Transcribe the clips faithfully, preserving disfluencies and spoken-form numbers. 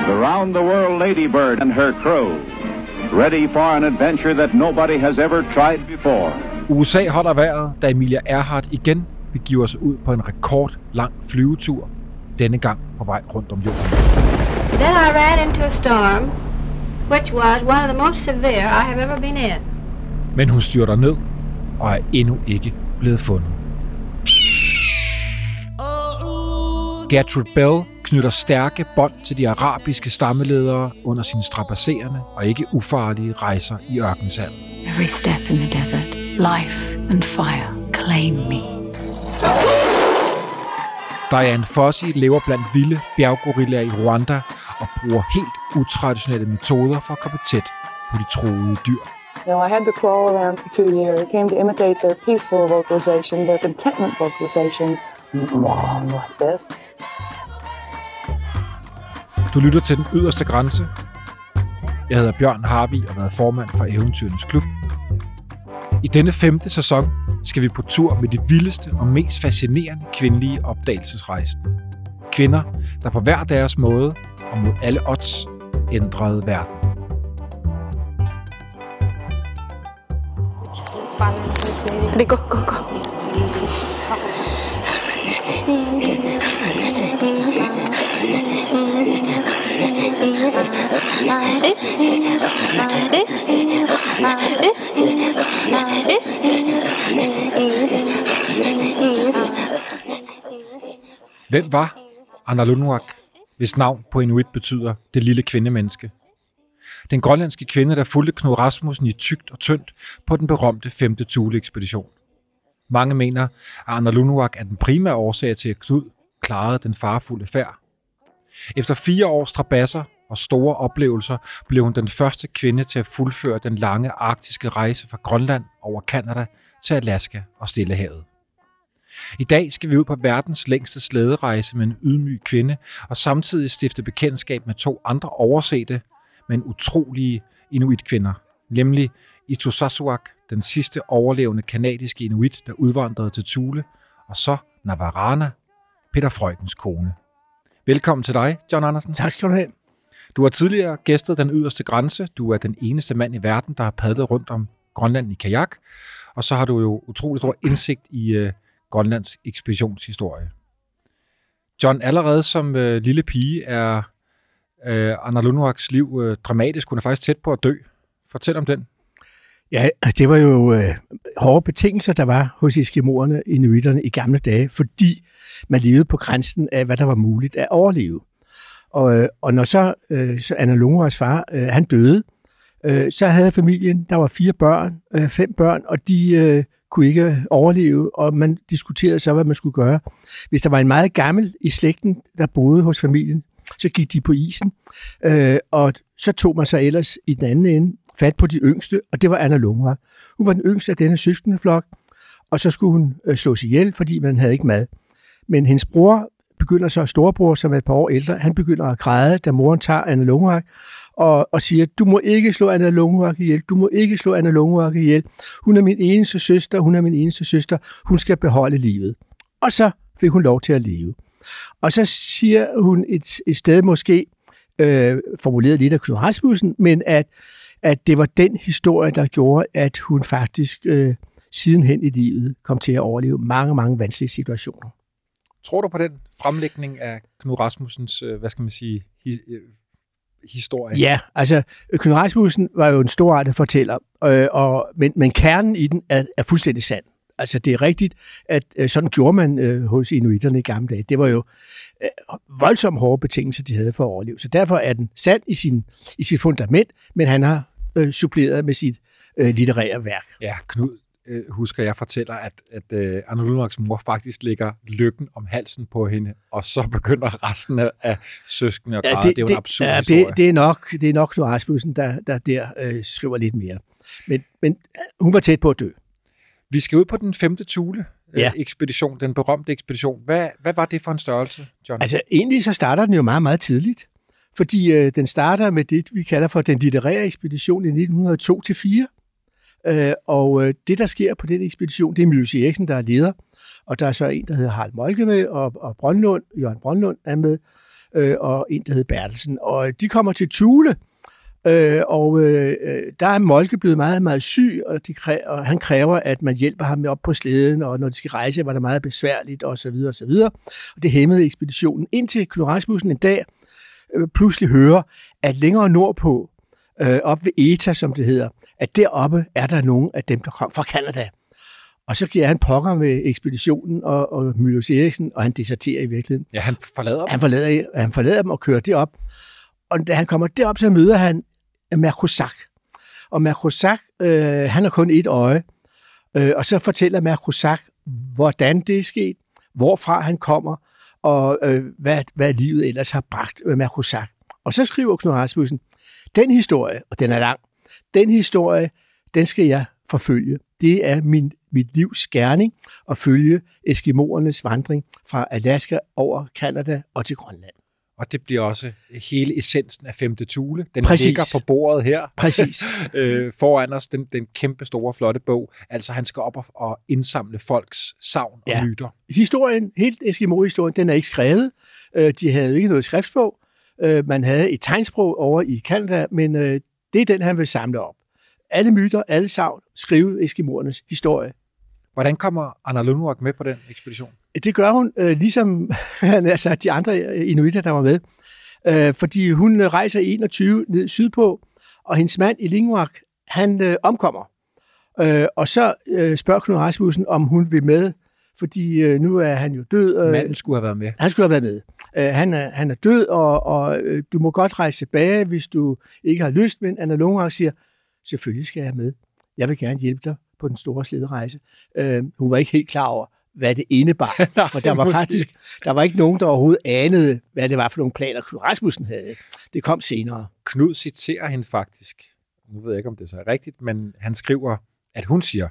the round-the-world ladybird and her crew, ready for an adventure that nobody has ever tried before. U S A holder vejret, da Amelia Earhart igen begiver sig ud på en rekordlang flyvetur, denne gang på vej rundt om jorden. Then I ran into a storm, which was one of the most severe I have ever been in. Men hun styrter ned og er endnu ikke blevet fundet. Gertrude Bell knytter stærke bånd til de arabiske stammeledere under sine strabasserende og ikke ufarlige rejser i ørkensand. Every step in the desert, life and fire claim me. Dian Fossey lever blandt vilde bjerggorillaer i Rwanda og bruger helt utraditionelle metoder for at komme tæt på de truede dyr. You know, I had to crawl around for two years, came to imitate their peaceful vocalization, their contentment vocalizations, like this. Du lytter til Den Yderste Grænse. Jeg hedder Bjørn Harvig og har været formand for Eventyrenes Klub. I denne femte sæson skal vi på tur med de vildeste og mest fascinerende kvindelige opdagelsesrejsende. Kvinder, der på hver deres måde og mod alle odds ændrede verden. Ready, go, go, go. Hvem var Analunuaq, hvis navn på inuit betyder det lille kvindemenneske? Den grønlandske kvinde, der fulgte Knud Rasmussen i tykt og tyndt på den berømte femte Thule-ekspedition. Mange mener, at Analunuaq er den primære årsag til, at Knud klarede den farefulde færd. Efter fire års strabasser og store oplevelser blev hun den første kvinde til at fuldføre den lange arktiske rejse fra Grønland over Canada til Alaska og Stillehavet. I dag skal vi ud på verdens længste slæderejse med en ydmyg kvinde og samtidig stifte bekendtskab med to andre oversete, men utrolige inuitkvinder, nemlig Itussasuaq, den sidste overlevende kanadiske inuit, der udvandrede til Thule, og så Navarana, Peter Freuchens kone. Velkommen til dig, John Andersen. Tak skal du have. Du har tidligere gæstet Den Yderste Grænse. Du er den eneste mand i verden, der har padlet rundt om Grønland i kajak, og så har du jo utrolig stor indsigt i uh, Grønlands ekspeditionshistorie. John, allerede som uh, lille pige er uh, Analunuaqs liv uh, dramatisk. Hun er faktisk tæt på at dø. Fortæl om den. Ja, det var jo øh, hårde betingelser, der var hos eskimoerne, inuitterne i gamle dage, fordi man levede på grænsen af, hvad der var muligt at overleve. Og, øh, og når så, øh, så Analunuaqs far, øh, han døde, øh, så havde familien, der var fire børn, øh, fem børn, og de øh, kunne ikke overleve, og man diskuterede så, hvad man skulle gøre. Hvis der var en meget gammel i slægten, der boede hos familien, så gik de på isen, øh, og så tog man så ellers i den anden ende fat på de yngste, og det var Analunuaq. Hun var den yngste af denne søskendeflok, og så skulle hun øh, slås ihjel, fordi man havde ikke mad. Men hendes bror begynder så, storebror, som er et par år ældre, han begynder at græde, da moren tager Analunuaq, og, og siger, du må ikke slå Analunuaq ihjel, du må ikke slå Analunuaq ihjel. Hun er min eneste søster, hun er min eneste søster, hun skal beholde livet. Og så fik hun lov til at leve. Og så siger hun et, et sted måske, øh, formuleret lidt af Knud Rasmussen, men at, at det var den historie, der gjorde, at hun faktisk øh, sidenhen i livet kom til at overleve mange, mange vanskelige situationer. Tror du på den fremlægning af Knud Rasmussens, øh, hvad skal man sige, hi, øh, historie? Ja, altså Knud Rasmussen var jo en storartet fortæller, øh, og, men, men kernen i den er, er fuldstændig sand. Altså, det er rigtigt, at øh, sådan gjorde man øh, hos inuitterne i gamle dage. Det var jo øh, voldsomt hårde betingelser, de havde for at overleve. Så derfor er den sand i, sin, i sit fundament, men han har øh, suppleret med sit øh, litterære værk. Ja, Knud, øh, husker jeg fortæller, at, at øh, Analunuaqs mor faktisk lægger lykken om halsen på hende, og så begynder resten af, af søskende at græde. Ja, det, det er jo en absurd ja, historie. Det, det er nok, det er nok Knud Rasmussen, der, der der øh, skriver lidt mere. Men, men hun var tæt på at dø. Vi skal ud på den femte Thule-ekspedition, ja. Den berømte ekspedition. Hvad, hvad var det for en størrelse, John? Altså, egentlig så starter den jo meget, meget tidligt. Fordi øh, den starter med det, vi kalder for den litterære ekspedition i nitten hundrede og to til fire. Øh, og øh, det, der sker på den ekspedition, det er Mylius Eriksen, der er leder. Og der er så en, der hedder Harald Moltke med, og, og Brønlund, Jørgen Brønlund er med. øh, og en, der hed Bertelsen. Og de kommer til Thule, øh, og øh, der er Moltke blevet meget, meget syg, og, de kræver, og han kræver, at man hjælper ham med op på slæden, og når de skal rejse, var det meget besværligt, og så videre, og så videre. Og det hæmmede ekspeditionen, indtil Knud Rasmussen en dag øh, pludselig hører, at længere nordpå, øh, op ved Eta, som det hedder, at deroppe er der nogen af dem, der kom fra Canada. Og så giver han pokker med ekspeditionen og, og Mylius Eriksen, og han deserterer i virkeligheden. Ja, han forlader dem. Han forlader, han forlader dem og kører derop. Og da han kommer derop, så møder han Merkosak. Og Merkosak, øh, han har kun et øje. Øh, og så fortæller Merkosak, hvordan det er sket, hvorfra han kommer, og øh, hvad, hvad livet ellers har bragt med Merkosak. Og så skriver Knud Rasmussen, den historie, og den er lang, den historie, den skal jeg forfølge. Det er min, mit livs gerning at følge eskimoernes vandring fra Alaska over Canada og til Grønland. Og det bliver også hele essensen af Femte Thule. Den Præcis. ligger på bordet her. Præcis. øh, foran os, den, den kæmpe store, flotte bog. Altså, han skal op og, og indsamle folks savn og Ja. myter. Historien, helt Eskimo-historien, den er ikke skrevet. Øh, De havde ikke noget skriftsprog. Øh, Man havde et tegnsprog over i Canada, men øh, det er den, han vil samle op. Alle myter, alle savn, skrive eskimoernes historie. Hvordan kommer Anna Lundmark med på den ekspedition? Det gør hun, øh, ligesom altså, de andre inuitter, der var med. Øh, fordi hun rejser i enogtyve ned sydpå, og hendes mand i Lingwak, han øh, omkommer. Øh, og så øh, spørger Knud Rasmussen, om hun vil med, fordi øh, nu er han jo død. Øh, Manden skulle have været med. Han skulle have været med. Øh, han, er, han er død, og, og øh, du må godt rejse tilbage, hvis du ikke har lyst. Men Anna Lundmark siger, selvfølgelig skal jeg med. Jeg vil gerne hjælpe dig på den store slæderejse. Øh, hun var ikke helt klar over, hvad det indebar. Nej, for der var måske. faktisk der var ikke nogen, der overhovedet anede, hvad det var for nogle planer, Knud Rasmussen havde. Det kom senere. Knud citerer hende faktisk. Nu ved jeg ikke, om det så er rigtigt, men han skriver, at hun siger,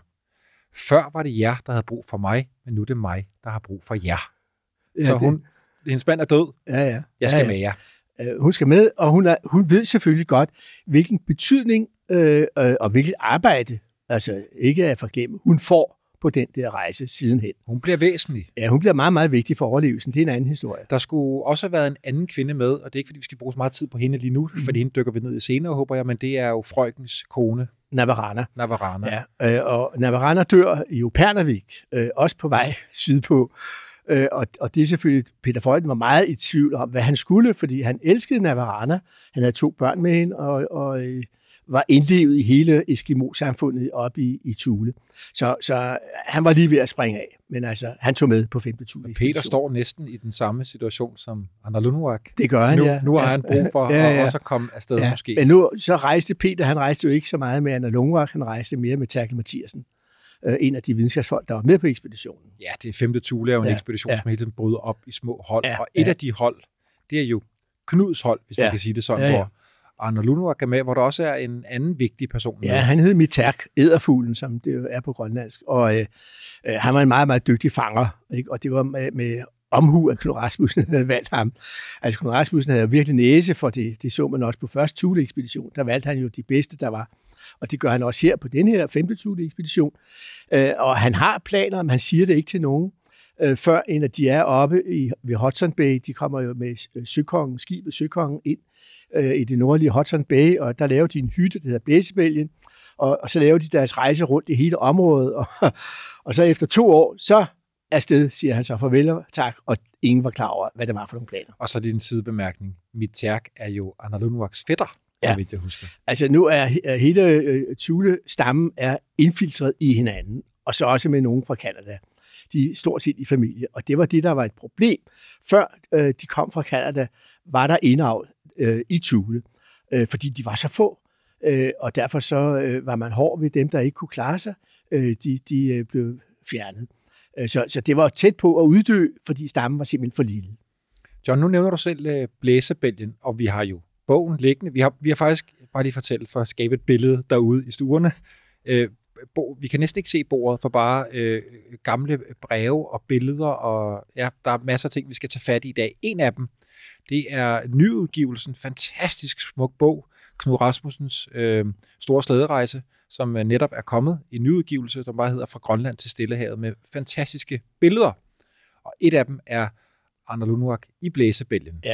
før var det jer, der havde brug for mig, men nu er det mig, der har brug for jer. Ja, så det- hun, hendes mand er død. Ja, ja. Jeg skal ja, ja. med jer. Øh, Hun skal med, og hun, er, hun ved selvfølgelig godt, hvilken betydning øh, øh, og hvilket arbejde, altså ikke at forglemme, hun får på den der rejse sidenhen. Hun bliver væsentlig. Ja, hun bliver meget, meget vigtig for overlevelsen. Det er en anden historie. Der skulle også have været en anden kvinde med, og det er ikke, fordi vi skal bruge så meget tid på hende lige nu, mm. fordi hende dykker vi ned i senere, håber jeg, men det er jo frøkens kone, Navarana. Navarana. Ja, øh, og Navarana dør i Upernavik, øh, også på vej sydpå. Øh, og, og det er selvfølgelig, Peter Freuchen var meget i tvivl om, hvad han skulle, fordi han elskede Navarana. Han havde to børn med hende, og, og øh, var indlevet i hele Eskimo-samfundet oppe i, i Thule. Så, så han var lige ved at springe af, men altså, han tog med på femte Thule. Peter står næsten i den samme situation som Anna Lundmark. Det gør han, nu, ja. Nu har ja, han brug for ja, ja, at også komme afsted ja. måske. Men nu så rejste Peter, han rejste jo ikke så meget med Anna Lundmark, han rejste mere med Terkel Mathiasen, øh, en af de videnskabsfolk, der var med på ekspeditionen. Ja, det er Femte Thule er jo en Ja, ekspedition, ja. som hele tiden bryder op i små hold, Ja, og et ja. af de hold, det er jo Knuds hold, hvis Ja. vi kan sige det sådan, Ja, ja. hvor Anna Lundmark er med, hvor der også er en anden vigtig person med. Ja, han hed Miterk, edderfuglen, som det jo er på grønlandsk, og øh, øh, han var en meget, meget dygtig fanger, ikke? Og det var med, med omhu, at Knud Rasmussen havde valgt ham. Altså Knud Rasmussen havde virkelig næse for det, det så man også på første Thule-ekspedition, der valgte han jo de bedste, der var, og det gør han også her på den her femte Thule-ekspedition, øh, og han har planer, men han siger det ikke til nogen, øh, før end at de er oppe i, ved Hudson Bay. De kommer jo med søkongen, skibet Søkongen ind øh, i det nordlige Hudson Bay, og der laver de en hytte, der hedder Blæsebælgen, og, og så laver de deres rejse rundt i hele området, og, og så efter to år, så afsted, siger han så farvel og tak, og ingen var klar over, hvad det var for nogle planer. Og så er det en sidebemærkning. Miterk er jo Anna Lundmarks fætter, Ja. så vidt jeg husker. Altså nu er er hele øh, Thule-stammen er indfiltreret i hinanden, og så også med nogen fra Canada. De er stort set i familie, og det var det, der var et problem. Før øh, de kom fra Canada, var der indavl øh, i Thule, øh, fordi de var så få, øh, og derfor så øh, var man hård ved dem, der ikke kunne klare sig. Øh, de de øh, blev fjernet. Øh, så, så det var tæt på at uddø, fordi stammen var simpelthen for lille. John, nu nævner du selv øh, Blæsebælgen, og vi har jo bogen liggende. Vi har, vi har faktisk, bare lige fortælle for at skabe et billede derude i stuerne. Øh, bo, vi kan næsten ikke se bordet for bare øh, gamle breve og billeder, og ja, der er masser af ting, vi skal tage fat i i dag. En af dem, det er nyudgivelsen, fantastisk smuk bog, Knud Rasmussens øh, store slæderejse, som øh, netop er kommet i nyudgivelse, som bare hedder Fra Grønland til Stillehavet, med fantastiske billeder. Og et af dem er Anna Lundmark i Blæsebælgen. Ja.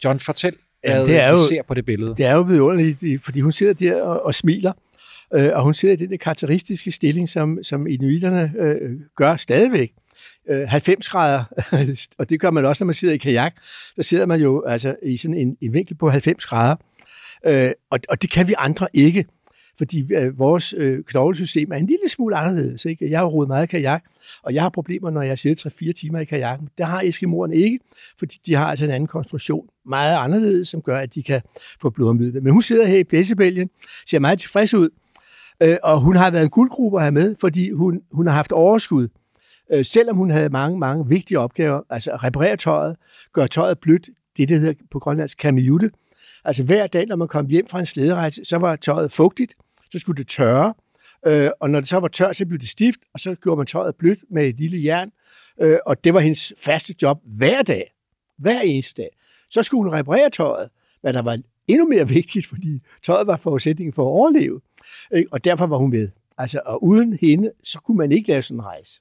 John, fortæl, Ja, hvad det er vi jo- ser på det billede. Det er jo vidunderligt, fordi hun sidder der og, og smiler, øh, og hun sidder i den der karakteristiske stilling, som, som inuiterne øh, gør stadigvæk. Øh, halvfems grader, og det gør man også, når man sidder i kajak. Der sidder man jo altså i sådan en, en vinkel på halvfems grader, øh, og, og det kan vi andre ikke, fordi øh, vores øh, knoglesystem er en lille smule anderledes. Ikke? Jeg har rodet meget i kajak, og jeg har problemer, når jeg sidder tre fire timer i kajakken. Det har eskimoerne ikke, fordi de har altså en anden konstruktion, meget anderledes, som gør, at de kan få blodomløbet. Men hun sidder her i blæsebælgen, ser meget tilfreds ud, øh, og hun har været en guldgruppe at have med, fordi hun, hun har haft overskud. Øh, selvom hun havde mange, mange vigtige opgaver, altså at reparere tøjet, gøre tøjet blødt, det der hedder på grønlandsk kamiyute. Altså hver dag, når man kom hjem fra en slæderejse, så var tøjet fugtigt, så skulle det tørre, øh, og når det så var tørt, så blev det stift, og så gjorde man tøjet blødt med et lille jern, øh, og det var hendes faste job hver dag, hver eneste dag. Så skulle hun reparere tøjet, hvad der var endnu mere vigtigt, fordi tøjet var forudsætningen for at overleve, øh, og derfor var hun med. Altså, og uden hende, så kunne man ikke lave sådan en rejse.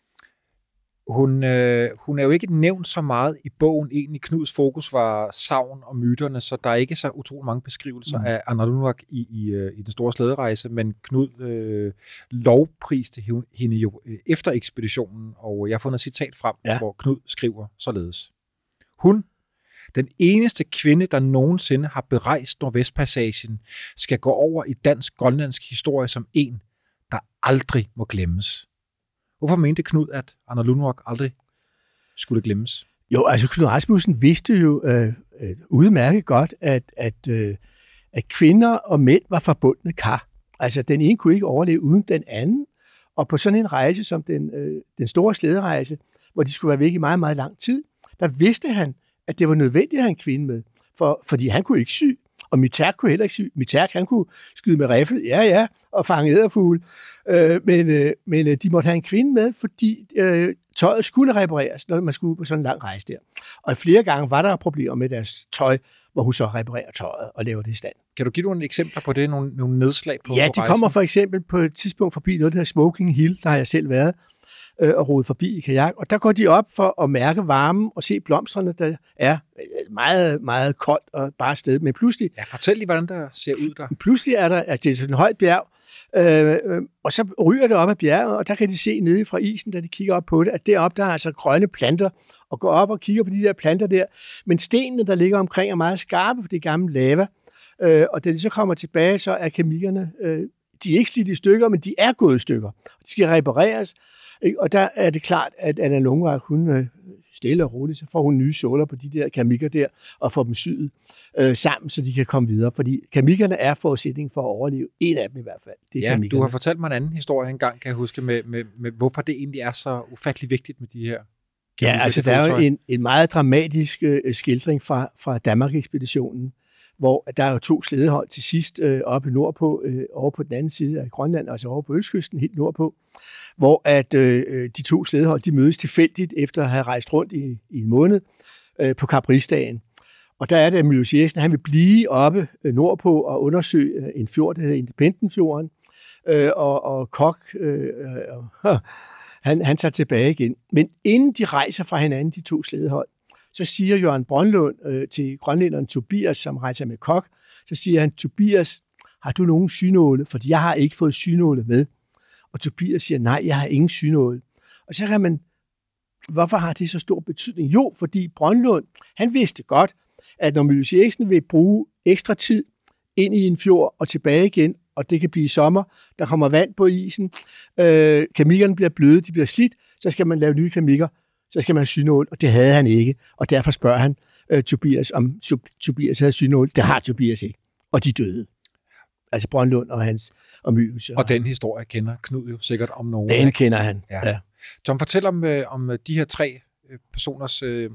Hun, øh, hun er jo ikke nævnt så meget i bogen. Egentlig Knuds fokus var sagn og myterne, så der er ikke så utrolig mange beskrivelser mm. af Analunuaq i, i, i den store slæderejse, men Knud øh, lovpriste hende jo øh, efter ekspeditionen, og jeg har fundet et citat frem, ja. hvor Knud skriver således. Hun, den eneste kvinde, der nogensinde har berejst Nordvestpassagen, skal gå over i dansk-grønlandsk historie som en, der aldrig må glemmes. Hvorfor mente Knud, at Analunuaq aldrig skulle glemmes? Jo, altså Knud Rasmussen vidste jo øh, øh, udmærket godt, at, at, øh, at kvinder og mænd var forbundne kar. Altså den ene kunne ikke overleve uden den anden. Og på sådan en rejse som den, øh, den store slæderejse, hvor de skulle være væk i meget, meget lang tid, der vidste han, at det var nødvendigt at have en kvinde med. For, fordi han kunne ikke sy, og Mitærk kunne heller ikke sy. Mitærk, han kunne skyde med riffel, ja ja, og fange edderfugle. Øh, men øh, men øh, de måtte have en kvinde med, fordi øh, tøjet skulle repareres, når man skulle på sådan en lang rejse der. Og flere gange var der problemer med deres tøj, hvor hun så reparerer tøjet og laver det i stand. Kan du give nogle eksempler på det, nogle, nogle nedslag på Ja, på de rejsen? kommer for eksempel på et tidspunkt forbi noget, der hedder Smoking Hill, der har jeg selv været øh, og rodet forbi i kajak. Og der går de op for at mærke varmen og se blomsterne, der er meget, meget koldt og bare sted. Men pludselig, Ja, fortæl lige, hvordan der ser ud der. pludselig er der, altså det er sådan en højt bjerg, øh, øh, og så ryger det op ad bjerget, og der kan de se nede fra isen, da de kigger op på det, at deroppe der er altså grønne planter, og går op og kigger på de der planter der. Men stenene, der ligger omkring, er meget skarpe på det gamle lava. Øh, og da de så kommer tilbage, så er kemikkerne, øh, de er ikke slidt i stykker, men de er gået i stykker. De skal repareres, ikke? Og der er det klart, at Analunuaq, hun øh, stille og roligt, så får hun nye såler på de der kemikker der, og får dem syet øh, sammen, så de kan komme videre. Fordi kemikkerne er forudsætning for at overleve. En af dem i hvert fald. Det er Ja, kemikkerne. du har fortalt mig en anden historie engang, kan jeg huske, med, med, med hvorfor det egentlig er så ufattelig vigtigt med de her. Ja, altså der er jo en, en meget dramatisk øh, skildring fra, fra Danmark-ekspeditionen, hvor der er jo to slædehold til sidst øh, oppe nordpå, øh, over på den anden side af Grønland, altså over på Østkysten, helt nordpå, hvor at øh, de to slædehold, de mødes tilfældigt efter at have rejst rundt i, i en måned øh, på Kaprisdagen. Og der er det, at Mylius Eriksen, han vil blive oppe øh, nordpå og undersøge øh, en fjord, der hedder Independentfjorden, øh, og, og Kok, øh, øh, han, han tager tilbage igen. Men inden de rejser fra hinanden, de to slædehold, så siger Jørgen Brønlund øh, til grønlænderen Tobias, som rejser med Kok, så siger han, Tobias, har du nogen synåle? Fordi jeg har ikke fået synåle med. Og Tobias siger, nej, jeg har ingen synåle. Og så kan man, hvorfor har det så stor betydning? Jo, fordi Brønlund, han vidste godt, at når Mylius Eriksen vil bruge ekstra tid ind i en fjord og tilbage igen, og det kan blive sommer, der kommer vand på isen, øh, kemikkerne bliver bløde, de bliver slidt, så skal man lave nye kemikker, så skal man have synål, og det havde han ikke. Og derfor spørger han øh, Tobias, om Tobias havde synål. Det har Tobias ikke. Og de døde. Altså Brønlund og hans og Mylius. Og den historie kender Knud jo sikkert om nogen. Den ikke? kender han, Ja. ja. Tom, fortæl om, øh, om de her tre øh, personers øh,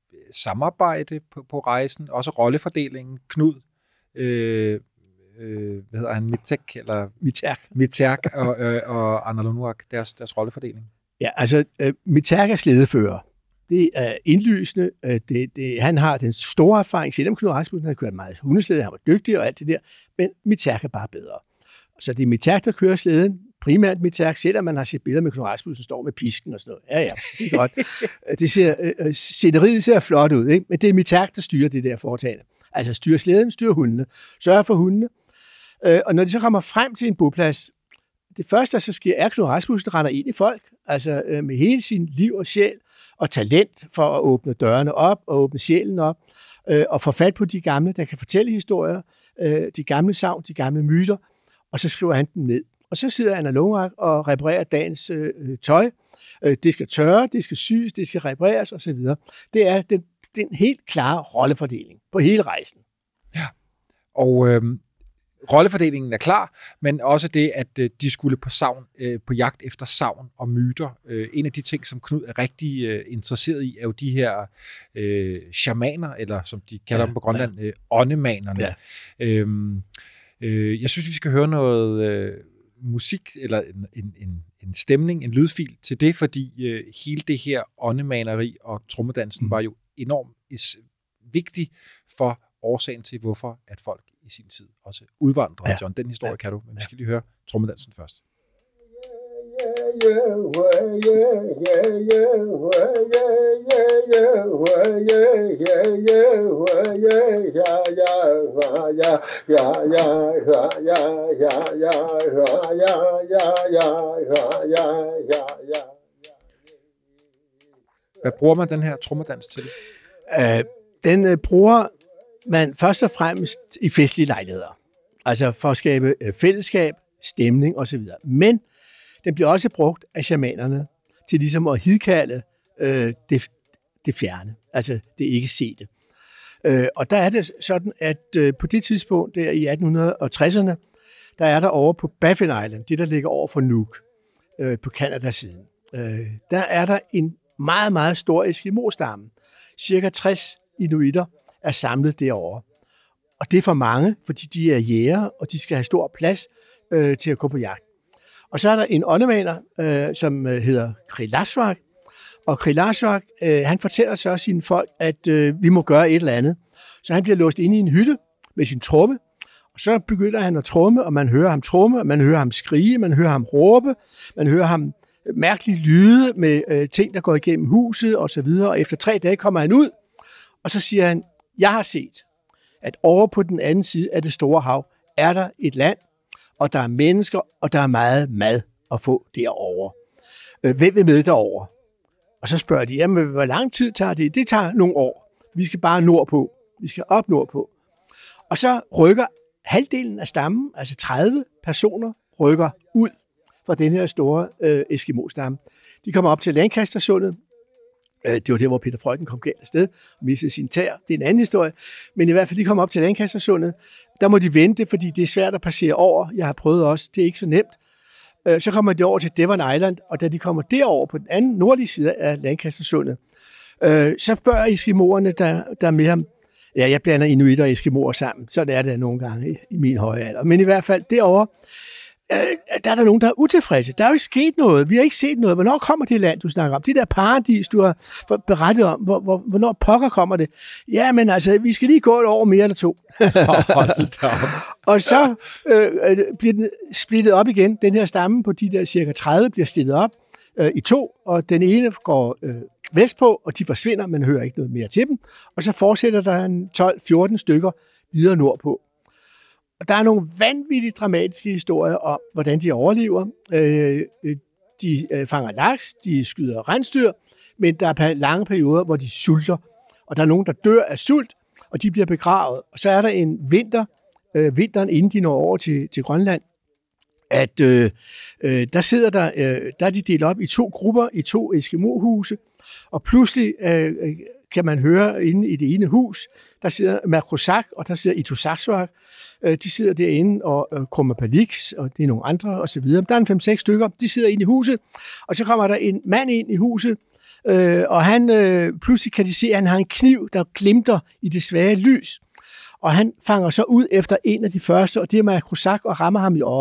samarbejde på, på rejsen, også rollefordelingen. Knud, øh, øh, hvad hedder han, Mitærk, eller Mitærk. Mitærk og, øh, og Analunuaq, deres, deres rollefordeling. Ja, altså øh, Mitærk er slædefører. Det er indlysende. Øh, det, det, han har den store erfaring, selvom Knud Rasmussen havde kørt meget hundeslæde, han var dygtig og alt det der, men Mitærk er bare bedre. Så det er Mitærk, der kører slæden. primært Mitterrand, selvom man har set billeder med Knud Rasmussen, står med pisken og sådan noget. Ja, ja, det er godt. Det ser, øh, sceneriet ser flot ud, ikke? Men det er Mitterrand, der styrer det der foretagende. Altså styrer slæden, styrer hundene, sørger for hundene. Øh, og når de så kommer frem til en boplads, det første, der så sker, er, at Knud Rasmussen render ind i folk, altså øh, med hele sin liv og sjæl og talent for at åbne dørene op og åbne sjælen op, øh, og få fat på de gamle, der kan fortælle historier, øh, de gamle sagn, de gamle myter, og så skriver han dem ned. Og så sidder Anna Lundmark og reparerer dagens øh, tøj. Øh, det skal tørre, det skal syes, det skal repareres osv. Det er den, den helt klare rollefordeling på hele rejsen. Ja, og øh, rollefordelingen er klar, men også det, at øh, de skulle på savn, øh, på jagt efter savn og myter. Øh, en af de ting, som Knud er rigtig øh, interesseret i, er jo de her øh, shamaner, eller som de kalder ja, dem på Grønland, ja. øh, åndemanerne. Ja. Øh, øh, jeg synes, vi skal høre noget øh, musik, eller en, en, en, en stemning, en lydfil til det, fordi øh, hele det her åndemaneri og trommedansen mm. var jo enormt is, vigtig for årsagen til, hvorfor at folk i sin tid også udvandrede. Ja. John, den historie ja. kan du, men vi skal lige høre trommedansen først. Hvad bruger man den her trommedans til? Uh, den uh, bruger man først og fremmest i festlige lejligheder. Altså for at skabe uh, fællesskab, stemning osv. Men den bliver også brugt af shamanerne til ligesom at hidkalde øh, det, det fjerne, altså det ikke sete. Øh, og der er det sådan, at øh, på det tidspunkt, der i atten tresserne, der er der over på Baffin Island, det der ligger over for Nuuk, øh, på Canada-siden, øh, der er der en meget, meget stor eskimo-stamme. Cirka tres inuitter er samlet derovre. Og det er for mange, fordi de er jæger, og de skal have stor plads øh, til at gå på jagt. Og så er der en åndemaner, øh, som hedder Krilasvak. Og Krilasvak, øh, han fortæller så sine folk, at øh, vi må gøre et eller andet. Så han bliver låst inde i en hytte med sin tromme. Og så begynder han at tromme, og man hører ham tromme, man hører ham skrige, man hører ham råbe, man hører ham mærkelige lyde med øh, ting, der går igennem huset osv. Og efter tre dage kommer han ud, og så siger han, jeg har set, at over på den anden side af det store hav er der et land, og der er mennesker, og der er meget mad at få derovre. Hvem vil med derover? Og så spørger de, jamen, hvor lang tid tager det? Det tager nogle år. Vi skal bare nordpå. Vi skal op nordpå. Og så rykker halvdelen af stammen, altså tredive personer, rykker ud fra den her store øh, Eskimo-stamme. De kommer op til Lancaster-sundet. Det var der, hvor Peter Freuchen kom galt afsted og mistede sin tær. Det er en anden historie. Men i hvert fald, de kommer op til Lancaster-sundet. Der må de vente, fordi det er svært at passere over. Jeg har prøvet også. Det er ikke så nemt. Så kommer de over til Devon Island, og da de kommer derover på den anden nordlige side af Lancaster-sundet, så spørger eskimoerne, der, der med ham, ja, jeg blander inuitter og eskimoer sammen. Sådan er det nogle gange i, i min høje alder. Men i hvert fald derovre, der er der nogen, der er utilfredse. Der er jo ikke sket noget. Vi har ikke set noget. Hvornår kommer det land, du snakker om? Det der paradis, du har berettet om. Hvor, hvor, hvornår pokker kommer det? Ja, men altså, vi skal lige gå et år mere eller to. Og så øh, bliver den splittet op igen. Den her stamme på de der cirka tredive bliver stillet op øh, i to, og den ene går øh, vestpå, og de forsvinder, man hører ikke noget mere til dem. Og så fortsætter der en tolv fjorten stykker videre nordpå. Og der er nogle vanvittigt dramatiske historier om, hvordan de overlever. Øh, de øh, fanger laks, de skyder rensdyr, men der er lange perioder, hvor de sulter. Og der er nogen, der dør af sult, og de bliver begravet. Og så er der en vinter, øh, vinteren inden de når over til, til Grønland, at øh, øh, der sidder der, øh, der er de delt op i to grupper, i to Eskimo-huse, og pludselig øh, kan man høre inde i det ene hus, der sidder Merkosak, og der sidder Itusaksvak. De sidder derinde og øh, krummer palik, og det er nogle andre og så videre. Der er en fem seks stykker, de sidder inde i huset, og så kommer der en mand ind i huset, øh, og han øh, pludselig kan de se, at han har en kniv, der glimter i det svage lys. Og han fanger så ud efter en af de første, og det er Merkosak, og rammer ham i øjet.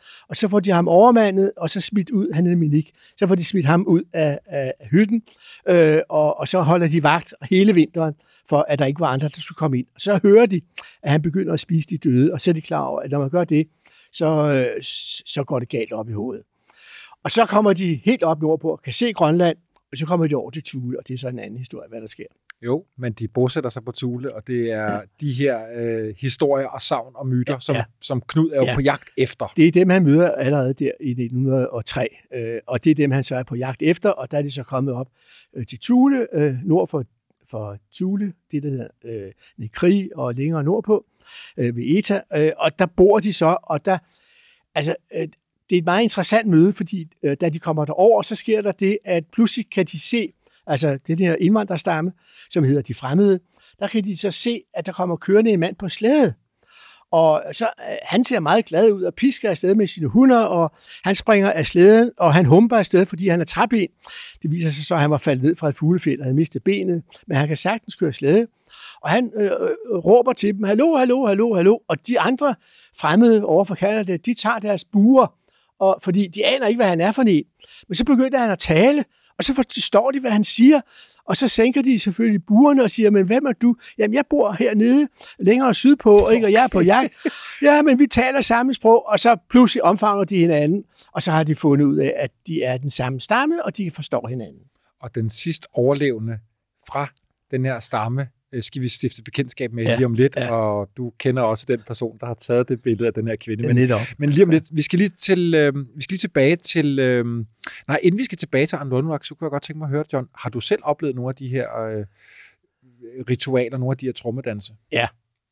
og så får de ham overmandet, og så smidt ud, han hedder Minik, så får de smidt ham ud af, af, af hytten, øh, og, og så holder de vagt hele vinteren, for at der ikke var andre, der skulle komme ind. Og så hører de, at han begynder at spise de døde, og så er de klar over, at når man gør det, så, øh, så går det galt op i hovedet. Og så kommer de helt op nordpå og kan se Grønland, og så kommer de over til Thule, og det er så en anden historie, hvad der sker. Jo, men de bosætter sig på Thule, og det er de her øh, historier og sagn og myter, ja, som, ja. som Knud er jo ja. på jagt efter. Det er dem, han møder allerede der i nitten hundrede og tre, øh, og det er dem, han så er på jagt efter, og der er de så kommet op øh, til Thule, øh, nord for, for Thule, det der hedder øh, Nekri, og længere nordpå, øh, ved Eta, øh, og der bor de så, og der, altså, øh, det er et meget interessant møde, fordi øh, da de kommer derover, så sker der det, at pludselig kan de se, altså det der indvandrerstamme, som hedder De Fremmede, der kan de så se, at der kommer kørende en mand på slæde. Og så øh, han ser meget glad ud og pisker afsted med sine hunder, og han springer af slæden, og han humper afsted, fordi han er træben. Det viser sig så, at han var faldet ned fra et fuglefjeld og havde mistet benet, men han kan sagtens køre slæde. Og han øh, råber til dem, hallo, hallo, hallo, hallo, og de andre fremmede over for Canada, de tager deres buer, og, fordi de aner ikke, hvad han er for en. Men så begynder han at tale, og så forstår de, hvad han siger, og så sænker de selvfølgelig buerne og siger, men hvem er du? Jamen, jeg bor hernede, længere sydpå, ikke? Og jeg er på jagt. Ja, men vi taler samme sprog, og så pludselig omfavner de hinanden, og så har de fundet ud af, at de er den samme stamme, og de forstår hinanden. Og den sidst overlevende fra den her stamme, skal vi stifte bekendtskab med ja, lige om lidt, ja. og du kender også den person, der har taget det billede af den her kvinde. Men, men, men lige om lidt, vi skal lige, til, øh, vi skal lige tilbage til... Øh, nej, inden vi skal tilbage til Anlunwak, så kunne jeg godt tænke mig at høre, John, har du selv oplevet nogle af de her øh, ritualer, nogle af de her trommedanse? Ja.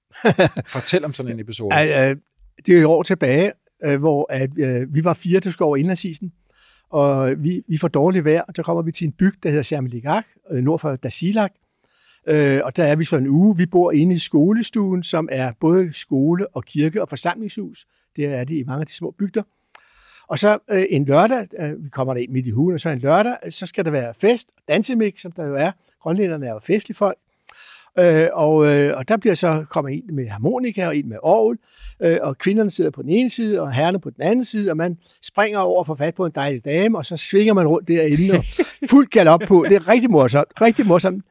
Fortæl om sådan en episode. Ej, øh, det er jo år tilbage, øh, hvor at, øh, vi var fire, der skulle over indlandsisen, og vi, vi får dårligt vejr, og så kommer vi til en bygd, der hedder Sermeligak, øh, nord for Tasiilaq. Øh, og der er vi så en uge. Vi bor inde i skolestuen, som er både skole og kirke og forsamlingshus. Det er det i mange af de små bygder. Og så øh, en lørdag, øh, vi kommer der ind midt i ugen, og så en lørdag, så skal der være fest, dansemik, som der jo er. Grønlænderne er jo festlige folk. Øh, og, øh, og der bliver så kommer en med harmonika og en med orgel, øh, og kvinderne sidder på den ene side, og herrerne på den anden side, og man springer over for fat på en dejlig dame, og så svinger man rundt derinde, og fuldt galop på. Det er rigtig morsomt, rigtig morsomt.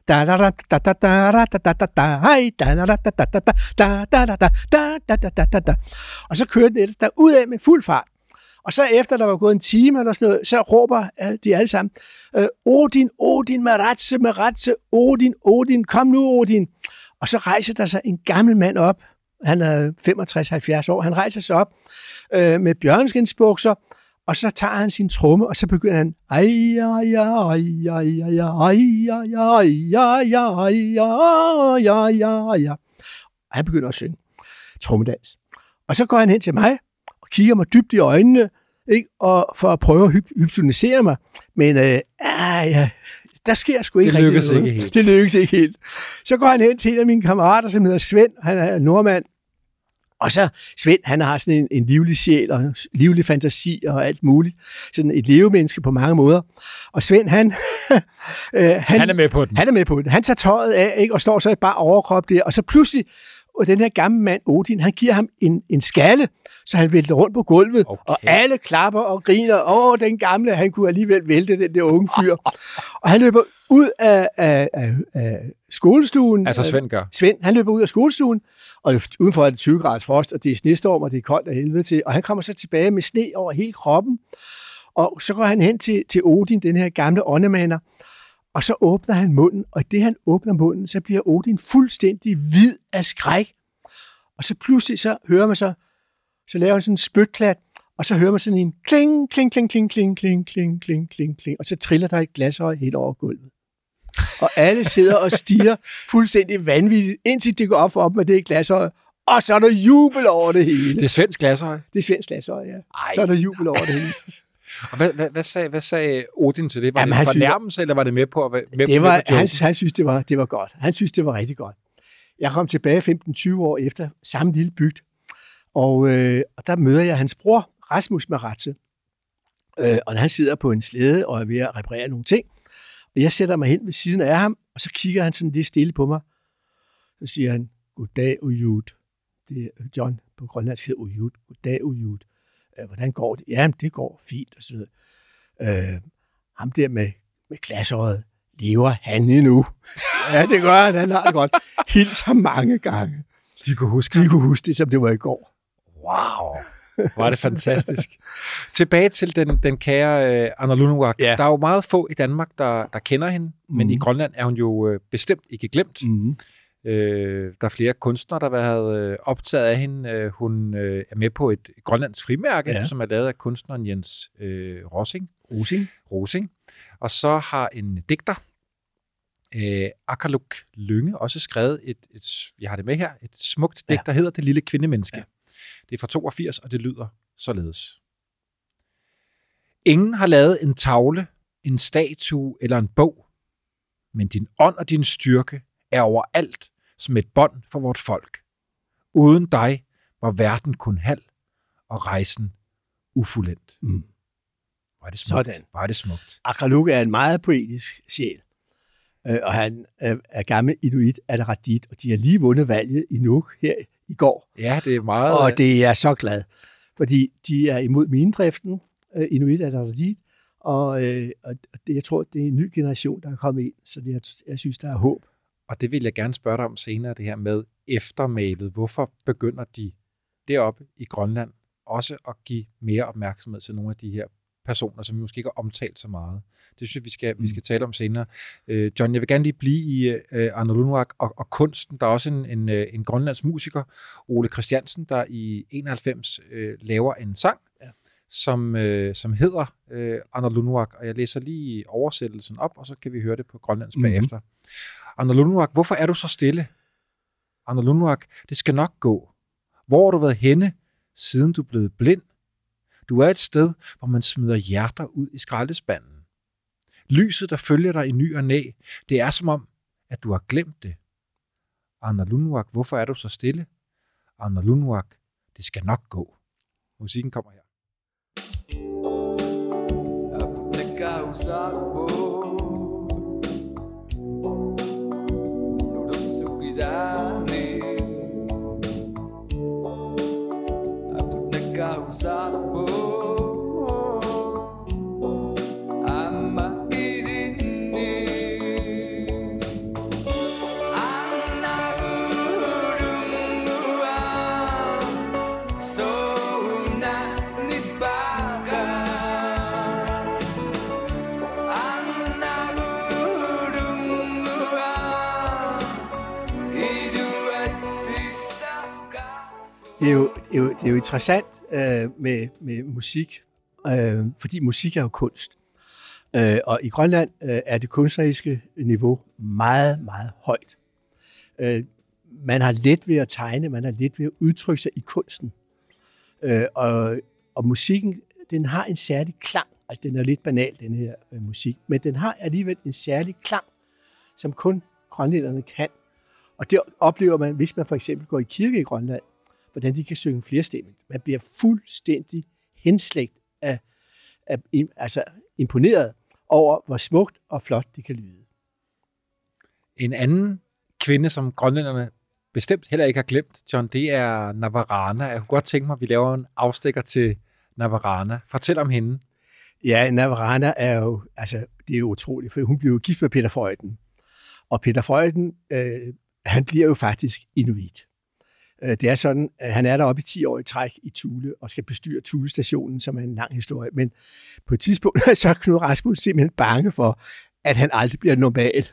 Og så kører den ellers der ud af med fuld fart. Og så efter der var gået en time eller sådan noget, så råber de alle sammen, Odin, Odin, Maratse, Maratse, Odin, Odin, kom nu, Odin. Og så rejser der sig en gammel mand op, han er femogtres til halvfjerds år, han rejser sig op øh, med bjørnskinsbukser, og så tager han sin tromme, og så begynder han, ej, ej, ej, ej, ej, ej, ej, ej, ej, ej, ej, og han begynder at synge trommedans. Og så går han hen til mig, og kigger mig dybt i øjnene, ikke? Og for at prøve at hypnotisere mig. Men øh, ja, der sker sgu ikke det rigtig noget. Ikke helt. Det lykkes ikke helt. Så går han hen til en af mine kammerater, som hedder Svend. Han er nordmand. Og så Svend, han har sådan en, en livlig sjæl og en livlig fantasi og alt muligt. Sådan et levemenneske på mange måder. Og Svend, han, øh, han... Han er med på den. Han er med på den. Han tager tøjet af, ikke? Og står så bare overkrop der. Og så pludselig, og den her gamle mand, Odin, han giver ham en, en skalle, så han vælter rundt på gulvet, okay. Og alle klapper og griner. Åh, den gamle, han kunne alligevel vælte den der unge fyr. Og han løber ud af, af, af, af skolestuen. Altså Svend gør. Svend, han løber ud af skolestuen, og udenfor er det tyve graders frost, og det er snestorm, og det er koldt af helvede til. Og han kommer så tilbage med sne over hele kroppen. Og så går han hen til, til Odin, den her gamle åndemander, og så åbner han munden, og i det han åbner munden, så bliver Odin fuldstændig hvid af skræk. Og så pludselig så hører man så, så laver han sådan en spytklat, og så hører man sådan en kling, kling, kling, kling, kling, kling, kling, kling, kling, kling, og så triller der et glashøj helt over gulvet. Og alle sidder og stiger fuldstændig vanvittigt, indtil det går op for op med det glashøj, og så er der jubel over det hele. Det er svensk glashøj? Det er svensk glashøj, ja. Ej, så er der jubel over det hele. Og hvad, hvad, hvad, sagde, hvad sagde Odin til det? Var Jamen, det fornærmelse, eller var det med på at være med det på, var, med på han, han synes, det var, det var godt. Han synes, det var rigtig godt. Jeg kom tilbage femten til tyve år efter samme lille bygd, og, øh, og der møder jeg hans bror, Rasmus Maratse. Øh, og han sidder på en slæde og er ved at reparere nogle ting. Og jeg sætter mig hen ved siden af ham, og så kigger han sådan lidt stille på mig. Så siger han, goddag, Ujut. Det er John på grønlandsk hedder Ujut. Goddag, Ujut. Øh, hvordan går det? Jamen, det går fint, og sådan noget. Øh, ham der med, med glasøjet, lever han endnu? Ja, det gør han, han har det godt. Hils ham mange gange. De kunne huske De kunne huske det, som det var i går. Wow, var det fantastisk. Tilbage til den, den kære uh, Anna Lunderwag. Ja. Der er jo meget få i Danmark, der, der kender hende, mm. men i Grønland er hun jo uh, bestemt ikke glemt. Mm. Uh, der er flere kunstnere, der har været uh, optaget af hende. Uh, hun uh, er med på et grønlands frimærke, ja. som er lavet af kunstneren Jens uh, Rosing. Rosing. Rosing. Og så har en digter, uh, Akaluk Lynge, også skrevet et, et, jeg har det med her, et smukt digt, ja. der hedder Det lille kvindemenneske. Ja. Det er fra toogfirs, og det lyder således. Ingen har lavet en tavle, en statue eller en bog, men din ånd og din styrke er overalt som et bånd for vort folk. Uden dig var verden kun halv, og rejsen ufuldendt. Mm. Hvor er det smukt. Sådan. Hvor er det smukt. Akaluk er en meget poetisk sjæl, og han er gammel inuit Ataqatigiit, og de har lige vundet valget i Nuuk her i går. Ja, det er meget... Og det er så glad, fordi de er imod minedriften, inuit Ataqatigiit, og, øh, og det, jeg tror, det er en ny generation, der er kommet ind, så det, jeg, jeg synes, der er håb. Og det vil jeg gerne spørge dig om senere, det her med eftermælet. Hvorfor begynder de deroppe i Grønland også at give mere opmærksomhed til nogle af de her personer, som vi måske ikke har omtalt så meget? Det synes jeg, vi skal, mm. vi skal tale om senere. Øh, John, jeg vil gerne lige blive i øh, Anna Lunderwag og, og kunsten. Der er også en, en, en grønlandsk musiker, Ole Christiansen, der i enoghalvfems øh, laver en sang, ja. som, øh, som hedder øh, Anna Lunderwag, og jeg læser lige oversættelsen op, og så kan vi høre det på grønlandsk mm-hmm. bagefter. Anna Lunderwag, hvorfor er du så stille? Anna Lunderwag, det skal nok gå. Hvor har du været henne, siden du er blevet blind? Du er et sted, hvor man smider hjerter ud i skraldespanden. Lyset, der følger dig i ny og næ, det er som om, at du har glemt det. Anna Lunderwag, hvorfor er du så stille? Anna Lunderwag, det skal nok gå. Musikken kommer her. Det er, jo, det, er jo, det er jo interessant øh, med, med musik, øh, fordi musik er jo kunst. Øh, og i Grønland øh, er det kunstneriske niveau meget, meget højt. Øh, man har let ved at tegne, man har let ved at udtrykke sig i kunsten. Øh, og, og musikken, den har en særlig klang. Altså, den er lidt banal, den her øh, musik, men den har alligevel en særlig klang, som kun grønlænderne kan. Og det oplever man, hvis man for eksempel går i kirke i Grønland, hvordan de kan synge flerstemmigt. Man bliver fuldstændig henslægt af, af, altså imponeret over, hvor smukt og flot det kan lyde. En anden kvinde, som grønlænderne bestemt heller ikke har glemt, John, det er Navarana. Jeg kunne godt tænke mig, at vi laver en afstikker til Navarana. Fortæl om hende. Ja, Navarana er jo, altså, det er jo utroligt, for hun blev jo gift med Peter Freuden. Og Peter Freuden, øh, han bliver jo faktisk inuit. Det er sådan, at han er deroppe i ti år i træk i Thule og skal bestyre Thule-stationen, som er en lang historie. Men på et tidspunkt så er Knud Rasmussen simpelthen bange for, at han aldrig bliver normal.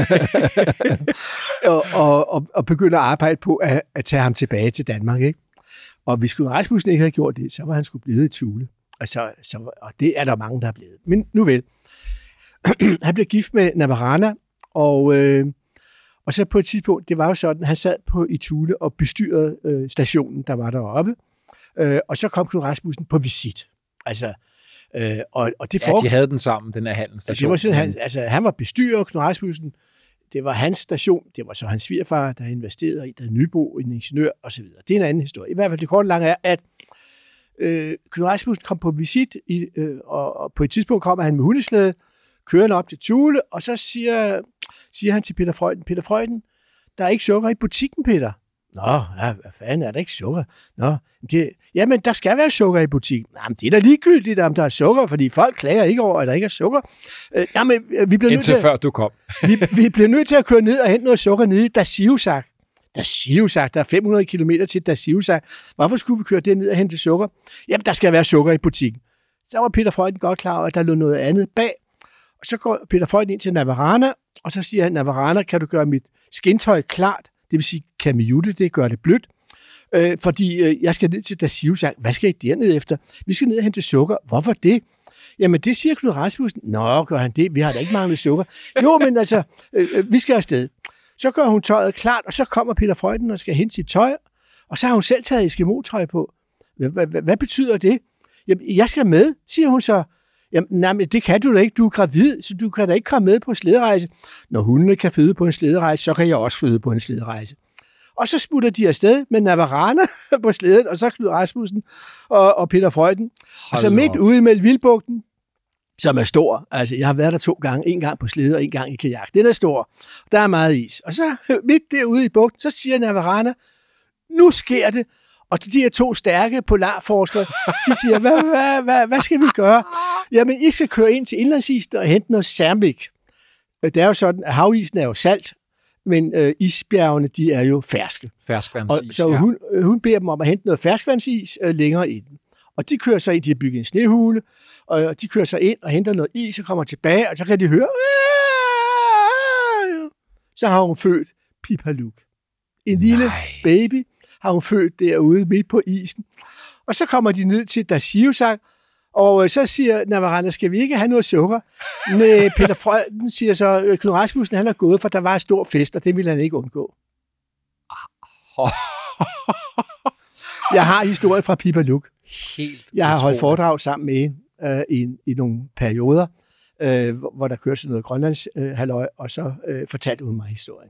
og, og, og, og begynder at arbejde på at, at tage ham tilbage til Danmark. Ikke? Og hvis Knud Rasmussen ikke havde gjort det, så var han sgu blevet i Thule. Og, så, så, og det er der mange, der er blevet. Men nu vel. Han bliver gift med Navarana, og... Øh, Og så på et tidspunkt, det var jo sådan, han sad på i Thule og bestyrede øh, stationen, der var deroppe. Øh, og så kom Knud Rasmussen på visit. Altså, øh, og, og det ja, de havde den sammen, den her handelsstation. Det var sådan, han, altså, han var bestyrer, Knud Rasmussen. Det var hans station. Det var så hans svigerfar, der investerede i, der Nybo, en ingeniør osv. Det er en anden historie. I hvert fald det korte lange er, at øh, Knud Rasmussen kom på visit, i, øh, og, og på et tidspunkt kommer han med hundeslæde, kørende op til Thule, og så siger, siger han til Peter Freuden, Peter Freuden, der er ikke sukker i butikken, Peter. Nå, ja, hvad fanden, er der ikke sukker? Nå, det, jamen, der skal være sukker i butikken. Jamen, det er da ligegyldigt, om der er sukker, fordi folk klager ikke over, at der ikke er sukker. Øh, jamen, vi bliver nødt Indtil til, før du kom. vi, vi bliver nødt til at køre ned og hente noget sukker nede i Dasiusak. Dasiusak, der er fem hundrede kilometer til Dasiusak. Hvorfor skulle vi køre derned og hente sukker? Jamen, der skal være sukker i butikken. Så var Peter Freuden godt klar over, at der lå noget andet bag. Og så går Peter Freuden ind til Navarana, og så siger han, Navarana, kan du gøre mit skintøj klart? Det vil sige, kan vi jute det, gør det blødt? Øh, fordi øh, jeg skal ned til Dasiusak. Hvad skal I dernede efter? Vi skal ned og hente sukker. Hvorfor det? Jamen, det siger Knud Rasmussen. Nå, gør han det? Vi har da ikke manglet sukker. Jo, men altså, øh, øh, vi skal afsted. Så gør hun tøjet klart, og så kommer Peter Freuden og skal hente sit tøj, og så har hun selv taget Eskimo-tøj på. Hvad betyder det? Jamen, jeg skal med, siger hun så. Jamen, nej, men det kan du da ikke. Du er gravid, så du kan da ikke komme med på slæderejse. Når hundene kan føde på en slæderejse, så kan jeg også føde på en slæderejse. Og så smutter de afsted med Navarana på slæden, og så Knud Rasmussen og, og Peter Freuden. Og så midt ude i Melvillebugten, som er stor. Altså, jeg har været der to gange. En gang på slede og en gang i kajak. Den er stor. Der er meget is. Og så midt derude i bugten, så siger Navarana, nu sker det. Og de her to stærke polarforskere, de siger, hvad, hvad, hvad, hvad skal vi gøre? Jamen, I skal køre ind til indlandsisen og hente noget særmik. Det er jo sådan, at havisen er jo salt, men øh, isbjergene, de er jo ferske. Ferskvandsis, og, så ja. hun, hun beder dem om at hente noget ferskvandsis øh, længere i den. Og de kører så ind, de har bygget en snehule, og de kører så ind og henter noget is og kommer tilbage, og så kan de høre, så har hun født Pipaluk. En lille Nej. baby har hun født derude midt på isen. Og så kommer de ned til Dasiusak, og så siger Navarana, skal vi ikke have noget sukker? Men Peter Freuden siger så, Knud Rasmussen, han er gået, for der var en stor fest, og det ville han ikke undgå. Jeg har historien fra Pipaluk. Helt Jeg har holdt utroligt. foredrag sammen med hende øh, i, i nogle perioder, øh, hvor, hvor der kører sådan noget Grønlands øh, halløj, og så øh, fortalte hun mig historien.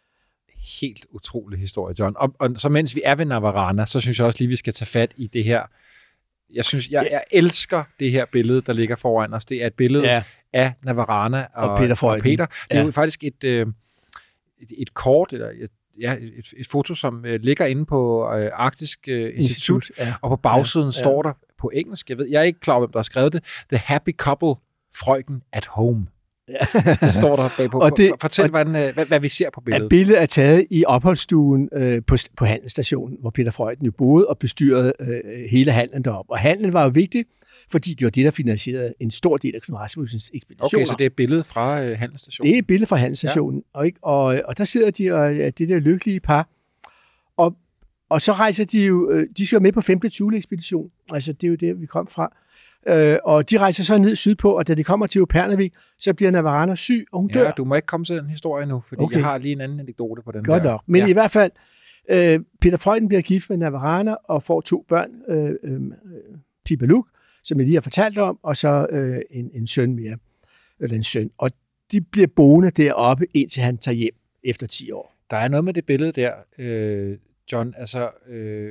Helt utrolig historie, John. Og, og så mens vi er ved Navarana, så synes jeg også lige, vi skal tage fat i det her. Jeg synes, jeg, jeg elsker det her billede, der ligger foran os. Det er et billede Ja. af Navarana og, Og Peter Freuden. og Peter. Det er Ja. jo faktisk et, øh, et, et kort, eller et, ja, et, et foto, som øh, ligger inde på øh, Arktisk øh, Institut, Institut, ja. og på bagsiden Ja, ja, ja. står der på engelsk, jeg ved, jeg er ikke klar over, hvem der har skrevet det, The Happy Couple, Freuden at Home. Det står der bagpå. Og det- Fortæl, og- hvordan, øh, hvad, hvad vi ser på At billedet. billedet er taget i opholdsstuen øh, på, på handelsstationen, hvor Peter Freuden jo boede og bestyrede øh, hele handlen deroppe. Og handlen var jo vigtig, fordi det var det, der finansierede en stor del af Knud Rasmussens ekspeditioner. Okay, så det er et billede fra øh, handelsstationen. Det er et billede fra handelsstationen, ja. og, ikke? Og, og der sidder de og ja, det der lykkelige par, og, og så rejser de jo, øh, de skal jo med på femte Thule-ekspedition, altså det er jo det, vi kom fra, øh, og de rejser så ned sydpå, og da de kommer til Upernavik, så bliver Navarana syg, og hun dør. Ja, du må ikke komme til den historie nu, fordi Okay. jeg har lige en anden anekdote på den Godt der. nok. Men ja. i hvert fald, øh, Peter Freuden bliver gift med Navarana og får to børn, øh, øh, Pipaluk, som jeg lige har fortalt om, og så øh, en, en søn mere, eller en søn. Og de bliver boende deroppe, indtil han tager hjem efter ti år. Der er noget med det billede der, øh, John. Altså, øh,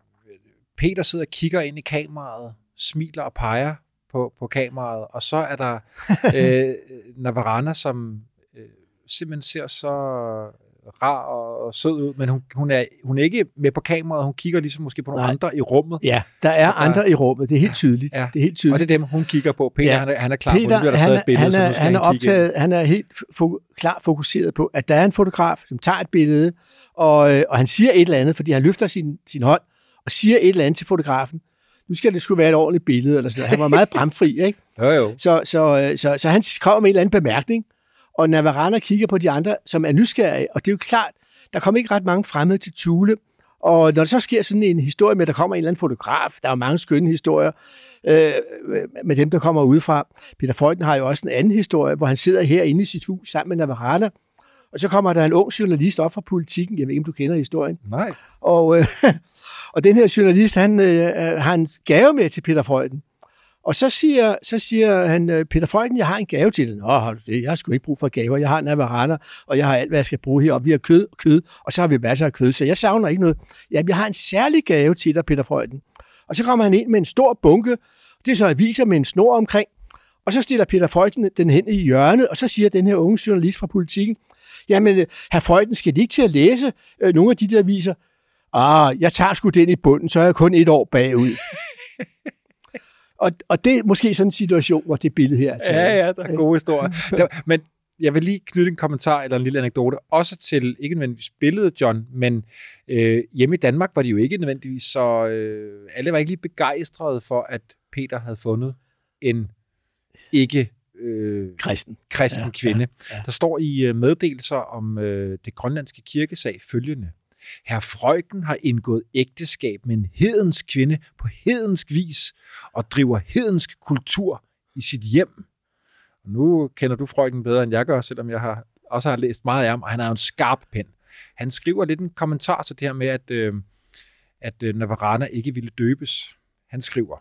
Peter sidder og kigger ind i kameraet, smiler og peger på, på kameraet, og så er der øh, Navarana, som øh, simpelthen ser så rar og sød ud, men hun, hun, er, hun er ikke med på kameraet, hun kigger ligesom måske på nogle Nej. andre i rummet. Ja, der er der- andre i rummet, det er helt tydeligt. Ja. Det er helt Og tydeligt. det er dem, hun kigger på. Peter, Ja. ja. han, er, han er klar på, Peter, nu bliver der han, taget er, et billede, han, så er, nu skal han er han kigge ind. optaget, han er helt fo- klart fokuseret på, at der er en fotograf, som tager et billede, og, øh, og han siger et eller andet, fordi han løfter sin, sin hånd, og siger et eller andet til fotografen. Nu skal det sgu være et ordentligt billede, eller sådan noget. Han var meget bramfri, ikke? Jo, jo. Så, så, øh, så, så han kommer med en eller anden bemærkning, og Navarana kigger på de andre, som er nysgerrige, og det er jo klart, der kommer ikke ret mange fremmede til Thule, og når der så sker sådan en historie med, at der kommer en eller anden fotograf, der er jo mange skønne historier øh, med dem, der kommer udefra. Peter Freuden har jo også en anden historie, hvor han sidder herinde i sit hus sammen med Navarana, og så kommer der en ung journalist op fra Politikken, jeg ved ikke, om du kender historien, Nej. og, øh, og den her journalist, han øh, har en gave med til Peter Freuden. Og så siger, så siger han, øh, Peter Freuden, jeg har en gave til dig. Nå, har du det? Jeg har sgu ikke brug for gaver. Jeg har Navarana, og jeg har alt, hvad jeg skal bruge heroppe. Vi har kød og kød, og så har vi masser af kød, så jeg savner ikke noget. Jamen, jeg har en særlig gave til dig, Peter Freuden. Og så kommer han ind med en stor bunke, det er så aviser med en snor omkring, og så stiller Peter Freuden den hen i hjørnet, og så siger den her unge journalist fra Politikken, jamen, herr Freuden, skal de ikke til at læse øh, nogle af de der aviser? ah, jeg tager sgu den i bunden, så er jeg kun et år bagud. og, og det er måske sådan en situation, hvor det billede her er taget. Ja, ja, der er gode historier. Der, men jeg vil lige knytte en kommentar eller en lille anekdote, også til ikke nødvendigvis billedet, John, men øh, hjemme i Danmark var de jo ikke nødvendigvis, så øh, alle var ikke lige begejstrede for, at Peter havde fundet en ikke øh, kristen, kristen ja, kvinde. Ja, ja. Der står i uh, meddelelser om øh, det grønlandske kirkesag følgende. Herr Freuchen har indgået ægteskab med en hedensk kvinde på hedensk vis og driver hedensk kultur i sit hjem. Nu kender du Freuchen bedre, end jeg gør, selvom jeg har, også har læst meget af ham, og han er jo en skarp pen. Han skriver lidt en kommentar til det her med, at, øh, at øh, Navarana ikke ville døbes. Han skriver,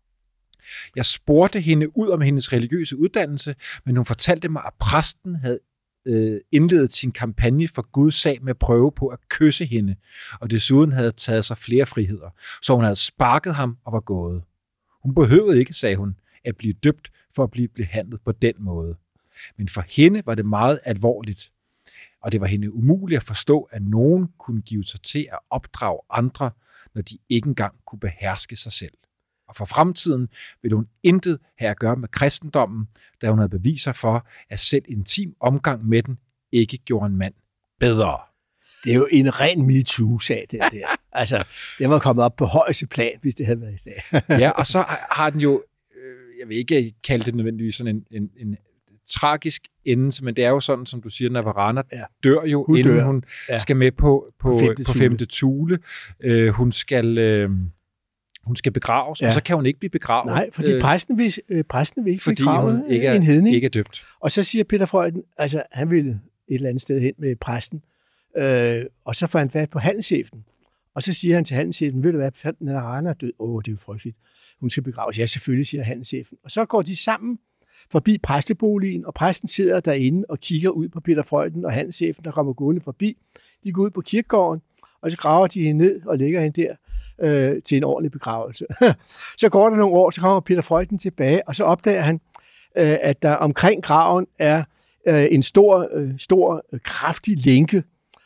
jeg spurgte hende ud om hendes religiøse uddannelse, men hun fortalte mig, at præsten havde øh, indledet sin kampagne for Guds sag med at prøve på at kysse hende, og desuden havde taget sig flere friheder, så hun havde sparket ham og var gået. Hun behøvede ikke, sagde hun, at blive døbt for at blive behandlet på den måde. Men for hende var det meget alvorligt, og det var hende umuligt at forstå, at nogen kunne give sig til at opdrage andre, når de ikke engang kunne beherske sig selv. Og for fremtiden ville hun intet have at gøre med kristendommen, da hun havde beviser for, at selv intim omgang med den ikke gjorde en mand bedre. Det er jo en ren MeToo-sag, den der. Altså, den var kommet op på højeste plan, hvis det havde været i dag. Ja, og så har den jo, jeg vil ikke kalde det nødvendigvis sådan en, en, en tragisk ende, men det er jo sådan, som du siger, Navarana ja. dør jo, hun inden dør. hun ja. skal med på, på, på femte, på femte tule. Uh, hun skal... Uh, Hun skal begraves, ja. og så kan hun ikke blive begravet. Nej, fordi øh, præsten vil, øh, præsten vil ikke fordi begrave hun ikke er, en hedning. ikke er døbt. Og så siger Peter Freuchen, altså han ville et eller andet sted hen med præsten, øh, og så får han fat på handelschefen. Og så siger han til handelschefen, ved du hvad, Navarana er død. Åh, oh, det er jo frygteligt. Hun skal begraves. Ja, selvfølgelig, siger handelschefen. Og så går de sammen forbi præsteboligen, og præsten sidder derinde og kigger ud på Peter Freuchen og handelschefen, der kommer gående forbi. De går ud på kirkegården, og så graver de hende ned og lægger hende der øh, til en ordentlig begravelse. Så går der nogle år, så kommer Peter Freuchen tilbage, og så opdager han, øh, at der omkring graven er øh, en stor, øh, stor, øh, kraftig lænke.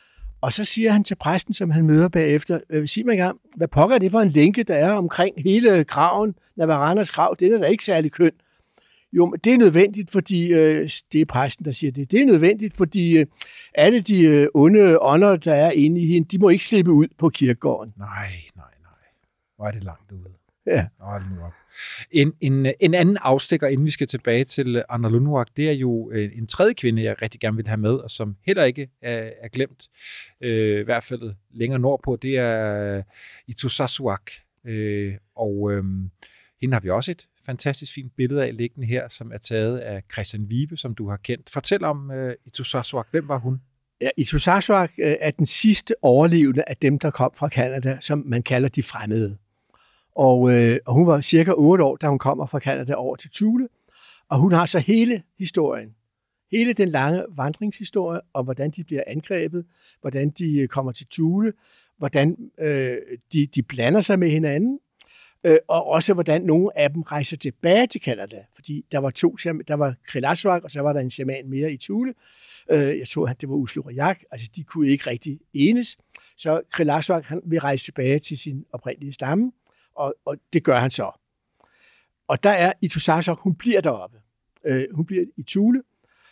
Og så siger han til præsten, som han møder bagefter, øh, sig mig engang, hvad pokker er det for en lænke, der er omkring hele graven, Navaranas grav? Det er da ikke særlig køn. Jo, men det er nødvendigt, fordi, øh, det er præsten, der siger det, det er nødvendigt, fordi øh, alle de øh, onde ånder, der er inde i hende, de må ikke slippe ud på kirkegården. Nej, nej, nej. Hvor er det langt ude. Ja. Hold nu op. En, en, en anden afstikker, inden vi skal tilbage til Analunuaq, det er jo en tredje kvinde, jeg rigtig gerne vil have med, og som heller ikke er, er glemt, øh, i hvert fald længere nordpå, det er Itsusasuaq. Øh, og øh, hende har vi også et fantastisk fint billede af liggende her, som er taget af Christian Vibe, som du har kendt. Fortæl om uh, Itsusasuaq. Hvem var hun? Ja, Itsusasuaq uh, er den sidste overlevende af dem, der kom fra Canada, som man kalder de fremmede. Og, uh, og hun var cirka otte år, da hun kommer fra Canada over til Thule. Og hun har så hele historien. Hele den lange vandringshistorie, om hvordan de bliver angrebet, hvordan de kommer til Thule, hvordan uh, de, de blander sig med hinanden, og også hvordan nogle af dem rejser tilbage til Canada, fordi der var to, der var Krillasuaq, og så var der en shaman mere i Thule. Jeg tror, at det var Uslurijaq, altså de kunne ikke rigtig enes, så Krillasuaq, han vil rejse tilbage til sin oprindelige stamme, og, og det gør han så. Og der er Itsusasuaq, hun bliver deroppe. Hun bliver i Thule,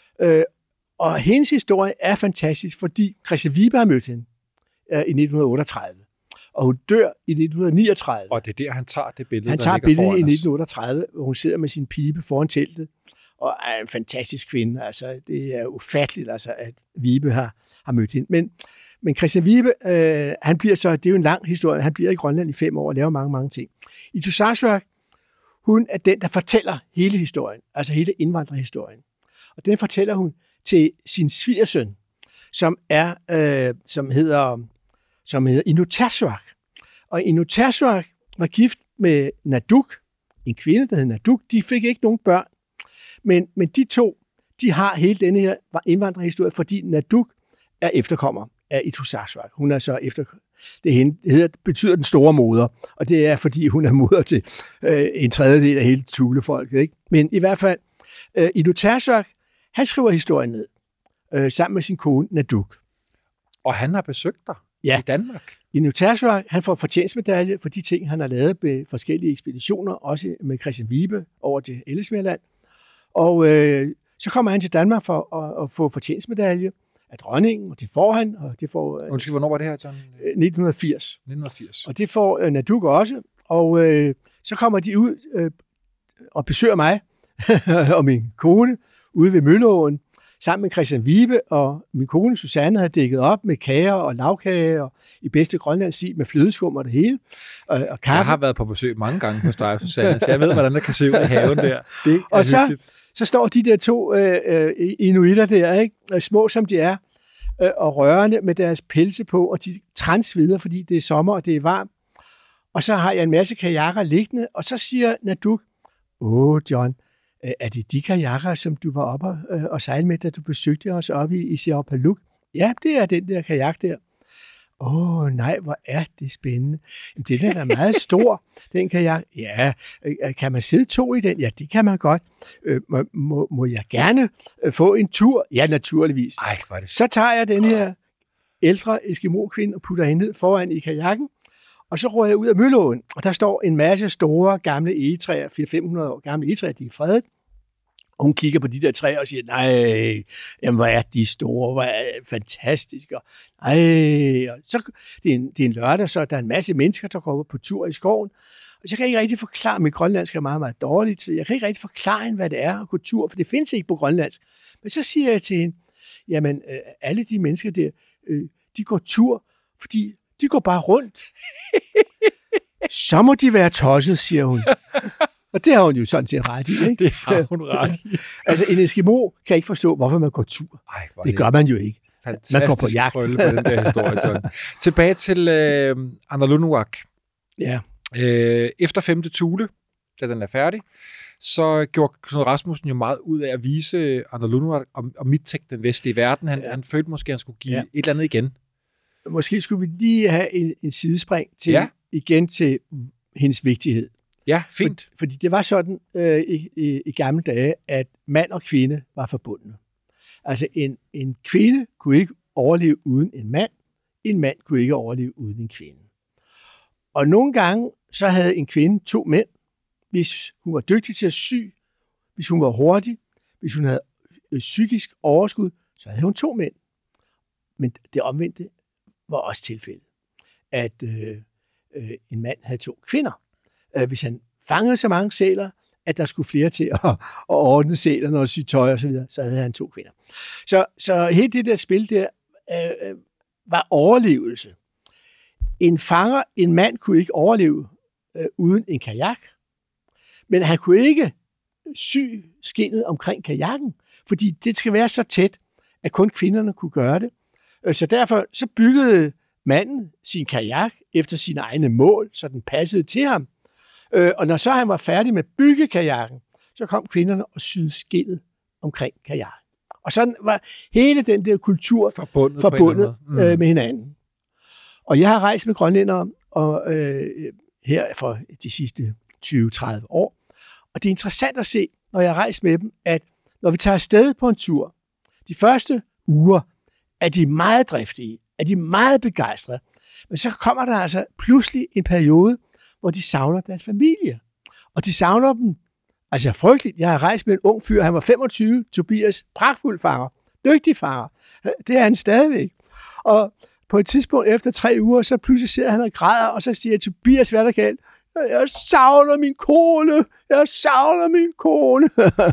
og hendes historie er fantastisk, fordi Christian Vibe har mødt hende i nitten otteogtredive. Og hun dør i nitten niogtredive. Og det er der, han tager det billede, Han tager billedet i nitten otteogtredive, hvor hun sidder med sin pibe foran teltet, og er en fantastisk kvinde. Altså, det er ufatteligt, altså, at Vibe har, har mødt hende. Men, men Christian Vibe, øh, han bliver så, det er jo en lang historie, han bliver i Grønland i fem år og laver mange, mange ting. Itsusasuaq, hun er den, der fortæller hele historien, altså hele indvandrerhistorien. Og den fortæller hun til sin svigersøn, som er, øh, som hedder... som hedder Inutasuaq. Og Inutasuaq var gift med Naduk, en kvinde, der hed Naduk. De fik ikke nogen børn, men, men de to, de har hele denne her indvandrerhistorie, fordi Naduk er efterkommer af Itsusasuaq. Hun er så efter, det, hende, det hedder, betyder den store moder, og det er, fordi hun er moder til øh, en tredjedel af hele Thulefolket, ikke? Men i hvert fald, øh, Inutasuaq, han skriver historien ned, øh, sammen med sin kone Naduk. Og han har besøgt dig. Ja. i Danmark. I Nutersuaq, han får fortjenstmedalje for de ting, han har lavet med forskellige ekspeditioner, også med Christian Vibe over til Ellesmere. Og øh, så kommer han til Danmark for at, at få fortjenstmedalje af dronningen, og det får han. Og det får, øh, Undskyld, hvornår var det her, John? nitten firs. nitten firs. Og det får øh, Naduk også. Og øh, så kommer de ud øh, og besøger mig og min kone ude ved Mølleåen, sammen med Christian Vibe, og min kone Susanne havde dækket op med kager og lavkage, og i bedste grønlandsstil med flødeskum og det hele, og, og kaffe. Jeg har været på besøg mange gange hos dig, Susanne, så jeg ved, hvordan det kan se ud i haven der. Det er og så, hyggeligt. så står de der to øh, øh, inuitter der, ikke? Små som de er, øh, og rørende med deres pelse på, og de transvider, fordi det er sommer, og det er varmt. Og så har jeg en masse kajakker liggende, og så siger Naduk, åh John, er det de kajakker, som du var oppe og, og sejle med, da du besøgte os oppe i, i Siaupaluk? Ja, det er den der kajak der. Åh nej, hvor er det spændende. Jamen, den er da meget stor, den kajak. Ja, kan man sidde to i den? Ja, det kan man godt. Øh, må, må jeg gerne få en tur? Ja, naturligvis. Ej, hvor er det. Så tager jeg den her ældre Eskimo-kvinde og putter hende ned foran i kajakken, og så rører jeg ud af Mølleåen, og der står en masse store gamle egetræer, fire til fem hundrede år gamle egetræer, de er fredet. Og hun kigger på de der træer og siger, nej, jamen, hvor er de store, hvor er det fantastiske. Nej, og så, det, er en, det er en lørdag, så der er en masse mennesker, der går på tur i skoven. Og så kan jeg ikke rigtig forklare, mit grønlandsk er meget, meget dårligt, så jeg kan ikke rigtig forklare hende, hvad det er at gå tur, for det findes ikke på grønlandsk. Men så siger jeg til hende, jamen, alle de mennesker der, de går tur, fordi de går bare rundt. Så må de være tosset, siger hun. Og det har hun jo sådan set ret i, ikke? Det har hun ret i. Altså, en Eskimo kan ikke forstå, hvorfor man går tur. Ej, det, det gør man jo ikke. Fantastisk man går på jagt. krølle på den der historie, John. Tilbage til øh, Analunuaq. Ja. Øh, efter femte Thule, da den er færdig, så gjorde Knud Rasmussen jo meget ud af at vise Analunuaq og, og Mittek, den vestlige verden. Han, ja. han følte måske, at han skulle give ja. et eller andet igen. Måske skulle vi lige have en, en sidespring til, ja. igen til hendes vigtighed. Ja, fint. For, fordi det var sådan øh, i, i, i gamle dage, at mand og kvinde var forbundne. Altså en, en kvinde kunne ikke overleve uden en mand, en mand kunne ikke overleve uden en kvinde. Og nogle gange så havde en kvinde to mænd, hvis hun var dygtig til at sy, hvis hun var hurtig, hvis hun havde psykisk overskud, så havde hun to mænd. Men det omvendte var også tilfældet, at øh, øh, en mand havde to kvinder. Øh, hvis han fangede så mange sæler, at der skulle flere til at, at ordne sælerne og sy tøj og så videre, så havde han to kvinder. Så, så hele det der spil der øh, var overlevelse. En fanger, en mand kunne ikke overleve øh, uden en kajak, men han kunne ikke sy skindet omkring kajakken, fordi det skal være så tæt, at kun kvinderne kunne gøre det. Så derfor så byggede manden sin kajak efter sine egne mål, så den passede til ham. Og når så han var færdig med byggekajakken, så kom kvinderne og syede skindet omkring kajakken. Og sådan var hele den der kultur forbundet, forbundet mm. med hinanden. Og jeg har rejst med grønlændere og, øh, her for de sidste tyve til tredive år. Og det er interessant at se, når jeg har rejst med dem, at når vi tager afsted på en tur, de første uger er de meget driftige, er de meget begejstrede. Men så kommer der altså pludselig en periode, hvor de savner deres familie. Og de savner dem, altså frygteligt. Jeg har rejst med en ung fyr, han var femogtyve, Tobias, pragtfuld fanger, dygtig fanger. Det er han stadigvæk. Og på et tidspunkt efter tre uger, så pludselig sidder han og græder, og så siger Tobias, hvad der galt? Jeg savner min kone, jeg savner min kone.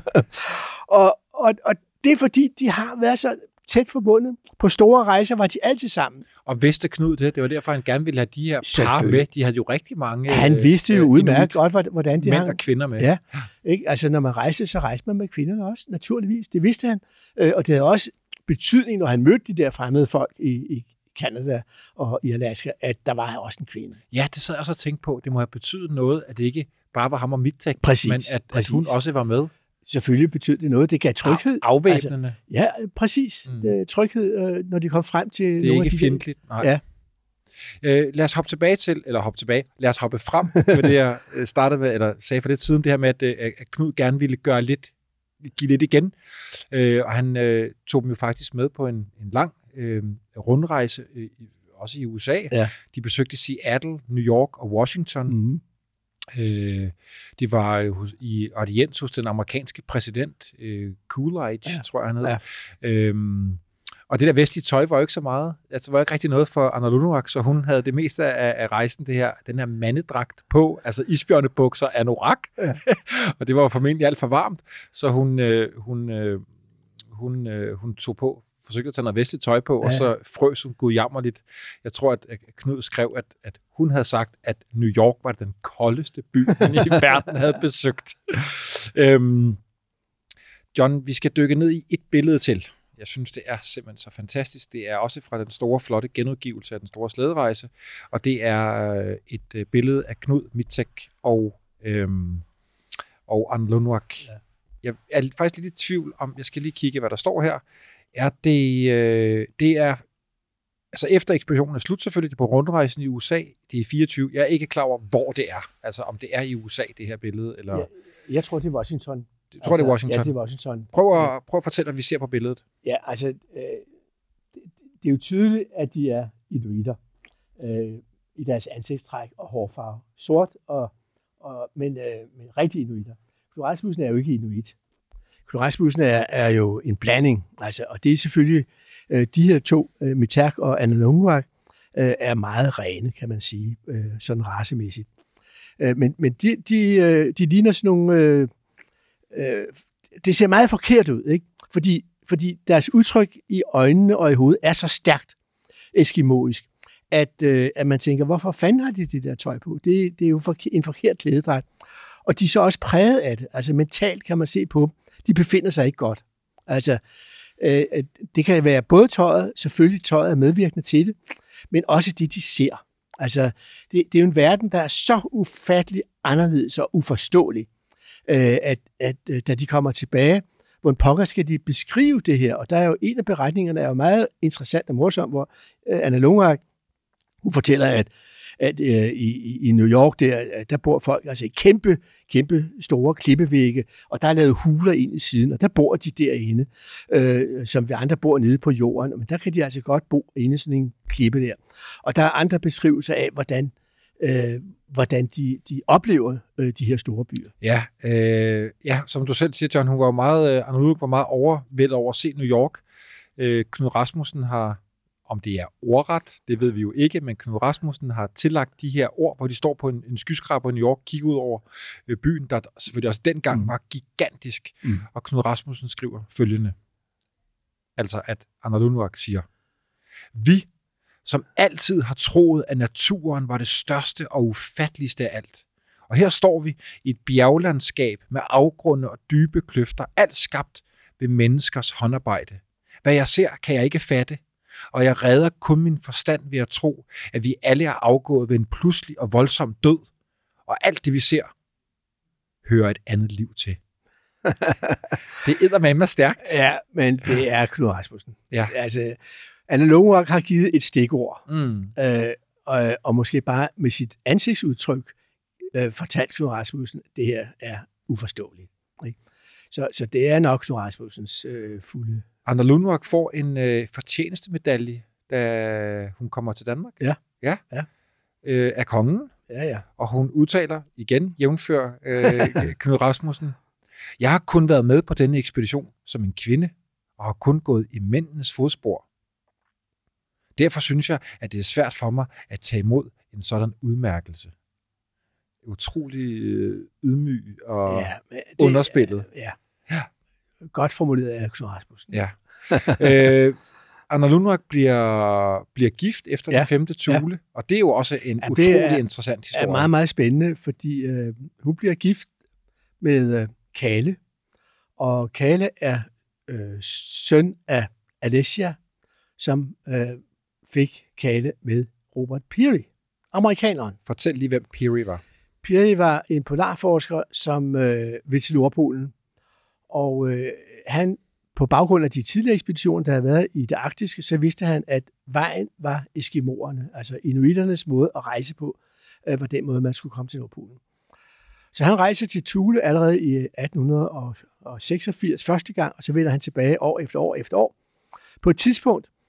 og, og, og det er fordi, de har været så tæt forbundet. På store rejser var de altid sammen. Og vidste Knud det? Det var derfor, han gerne ville have de her par med. De havde jo rigtig mange... Han vidste jo øh, udmærket godt, hvordan de mænd hang. og kvinder med. Ja, ikke? Altså når man rejste, så rejste man med kvinderne også, naturligvis. Det vidste han. Øh, og det havde også betydning, når han mødte de der fremmede folk i, i Canada og i Alaska, at der var også en kvinde. Ja, det sad jeg også og tænkte på. Det må have betydet noget, at det ikke bare var ham og Mittek, præcis, men at, præcis. at hun også var med. Selvfølgelig betød det noget. Det gav tryghed. Af, afvæbnende. Altså, ja, præcis. Mm. Det, tryghed, øh, når de kom frem til det er nogle ikke af de fjendtligt. Nej. Ja. Øh, lad os hoppe tilbage til, eller hoppe tilbage, lad os hoppe frem med det, jeg startede med, eller sagde for lidt siden, det her med, at, at Knud gerne ville gøre lidt, give lidt igen. Øh, og han øh, tog dem jo faktisk med på en, en lang øh, rundrejse, øh, også i U S A. Ja. De besøgte Seattle, New York og Washington. Mm. Øh, det var jo hos, i audiens hos den amerikanske præsident, øh, Coolidge, ja. tror jeg han hed. Ja. Øhm, og det der vestlige tøj var jo ikke så meget. Altså, det var ikke rigtig noget for Anna Lunnwak, så hun havde det meste af, af rejsen, det her, den her mandedragt på, altså isbjørnebukser, anorak. Ja. Og det var jo formentlig alt for varmt, så hun, øh, hun, øh, hun, øh, hun tog på, forsøgte at tage noget vestligt tøj på, ja. og så frøs hun gudjammerligt. Jeg tror, at Knud skrev, at, at hun havde sagt, at New York var den koldeste by, den i verden havde besøgt. øhm, John, vi skal dykke ned i et billede til. Jeg synes, det er simpelthen så fantastisk. Det er også fra den store, flotte genudgivelse af Den Store Slæderejse, og det er et billede af Knud Mittag og, øhm, og Anna Lunnwak. Ja. Jeg er faktisk lidt i tvivl om, jeg skal lige kigge, hvad der står her. Er det, øh, det er, altså efter ekspeditionen er slut selvfølgelig, det er på rundrejsen i U S A, det er fireogtyve. Jeg er ikke klar over, hvor det er. Altså om det er i U S A, det her billede, eller... Ja, jeg tror, det er Washington. Jeg tror, altså, det er Washington. Ja, det er Washington. Prøv at, prøv at fortælle, hvad vi ser på billedet. Ja, altså, øh, det, det er jo tydeligt, at de er inuitter øh, i deres ansigtstræk og hårfarve. Sort, og, og, men, øh, men rigtig inuitter. Knud Rasmussen er jo ikke inuit. Knud Rasmussen er, er jo en blanding, altså, og det er selvfølgelig, øh, de her to, øh, Mittag og Anna Lunnwak, øh, er meget rene, kan man sige, øh, sådan racemæssigt. Øh, men men de, de, øh, de ligner sådan nogle... Øh, øh, det ser meget forkert ud, ikke? Fordi, fordi deres udtryk i øjnene og i hovedet er så stærkt eskimoisk, at, øh, at man tænker, hvorfor fanden har de det der tøj på? Det, det er jo forke- en forkert klædedragt. Og de er så også præget af det. Altså mentalt kan man se på dem. De befinder sig ikke godt. Altså, øh, det kan være både tøjet, selvfølgelig tøjet er medvirkende til det, men også det, de ser. Altså, det, det er jo en verden, der er så ufattelig anderledes og uforståelig, øh, at, at øh, da de kommer tilbage, hvordan pokker skal de beskrive det her? Og der er jo en af beretningerne, er jo meget interessant og morsom, hvor øh, Anna Lunnwak, hun fortæller, at at øh, i, i New York, der, der bor folk altså i kæmpe, kæmpe store klippevægge, og der er lavet huler ind i siden, og der bor de derinde, øh, som vi andre bor nede på jorden, men der kan de altså godt bo inde i sådan en klippe der. Og der er andre beskrivelser af, hvordan, øh, hvordan de, de oplever øh, de her store byer. Ja, øh, ja, som du selv siger, John, hun var meget, øh, Anna Lunnwak var meget overvældet over at se New York. Øh, Knud Rasmussen har, om det er ordret, det ved vi jo ikke, men Knud Rasmussen har tillagt de her ord, hvor de står på en, en skyskraber i New York, kigger ud over øh, byen, der selvfølgelig også dengang mm. var gigantisk. Mm. Og Knud Rasmussen skriver følgende. Altså, at Anna Lunnwak siger, vi, som altid har troet, at naturen var det største og ufatteligste af alt. Og her står vi i et bjerglandskab med afgrunde og dybe kløfter, alt skabt ved menneskers håndarbejde. Hvad jeg ser, kan jeg ikke fatte, og jeg redder kun min forstand ved at tro, at vi alle er afgået ved en pludselig og voldsom død, og alt det, vi ser, hører et andet liv til. Det er eddermame stærkt. Ja, men det er Knud Rasmussen. Ja. Altså, Anna Lunnwak har givet et stikord, mm. øh, og, og måske bare med sit ansigtsudtryk øh, fortalt Knud Rasmussen, at det her er uforståeligt. Ikke? Så, så det er nok Knud Rasmussens øh, fulde. Anna Lunnwak får en øh, fortjenestemedalje, da hun kommer til Danmark. Ja. Ja. ja. Øh, af kongen. Ja, ja. Og hun udtaler igen, jævnfør øh, Knud Rasmussen, jeg har kun været med på denne ekspedition som en kvinde, og har kun gået i mændenes fodspor. Derfor synes jeg, at det er svært for mig at tage imod en sådan udmærkelse. Utrolig øh, ydmyg og ja, det, underspillet. Ja. ja. Godt formuleret af Knud Rasmussen. Ja. øh, Anna Lunnwak bliver, bliver gift efter ja. den femte Thule, ja. og det er jo også en ja, utrolig er, interessant historie. Det er meget, meget spændende, fordi øh, hun bliver gift med øh, Kale, og Kale er øh, søn af Alessia, som øh, fik Kale med Robert Peary, amerikaneren. Fortæl lige, hvem Peary var. Peary var en polarforsker, som øh, ved til Nordpolen, og øh, han, på baggrund af de tidligere ekspeditioner, der havde været i det arktiske, så vidste han, at vejen var eskimoerne, altså inuiternes måde at rejse på, øh, var den måde, man skulle komme til Nordpolen. Så han rejser til Thule allerede i atten seksogfirs første gang, og så vender han tilbage år efter år efter år. På et tidspunkt,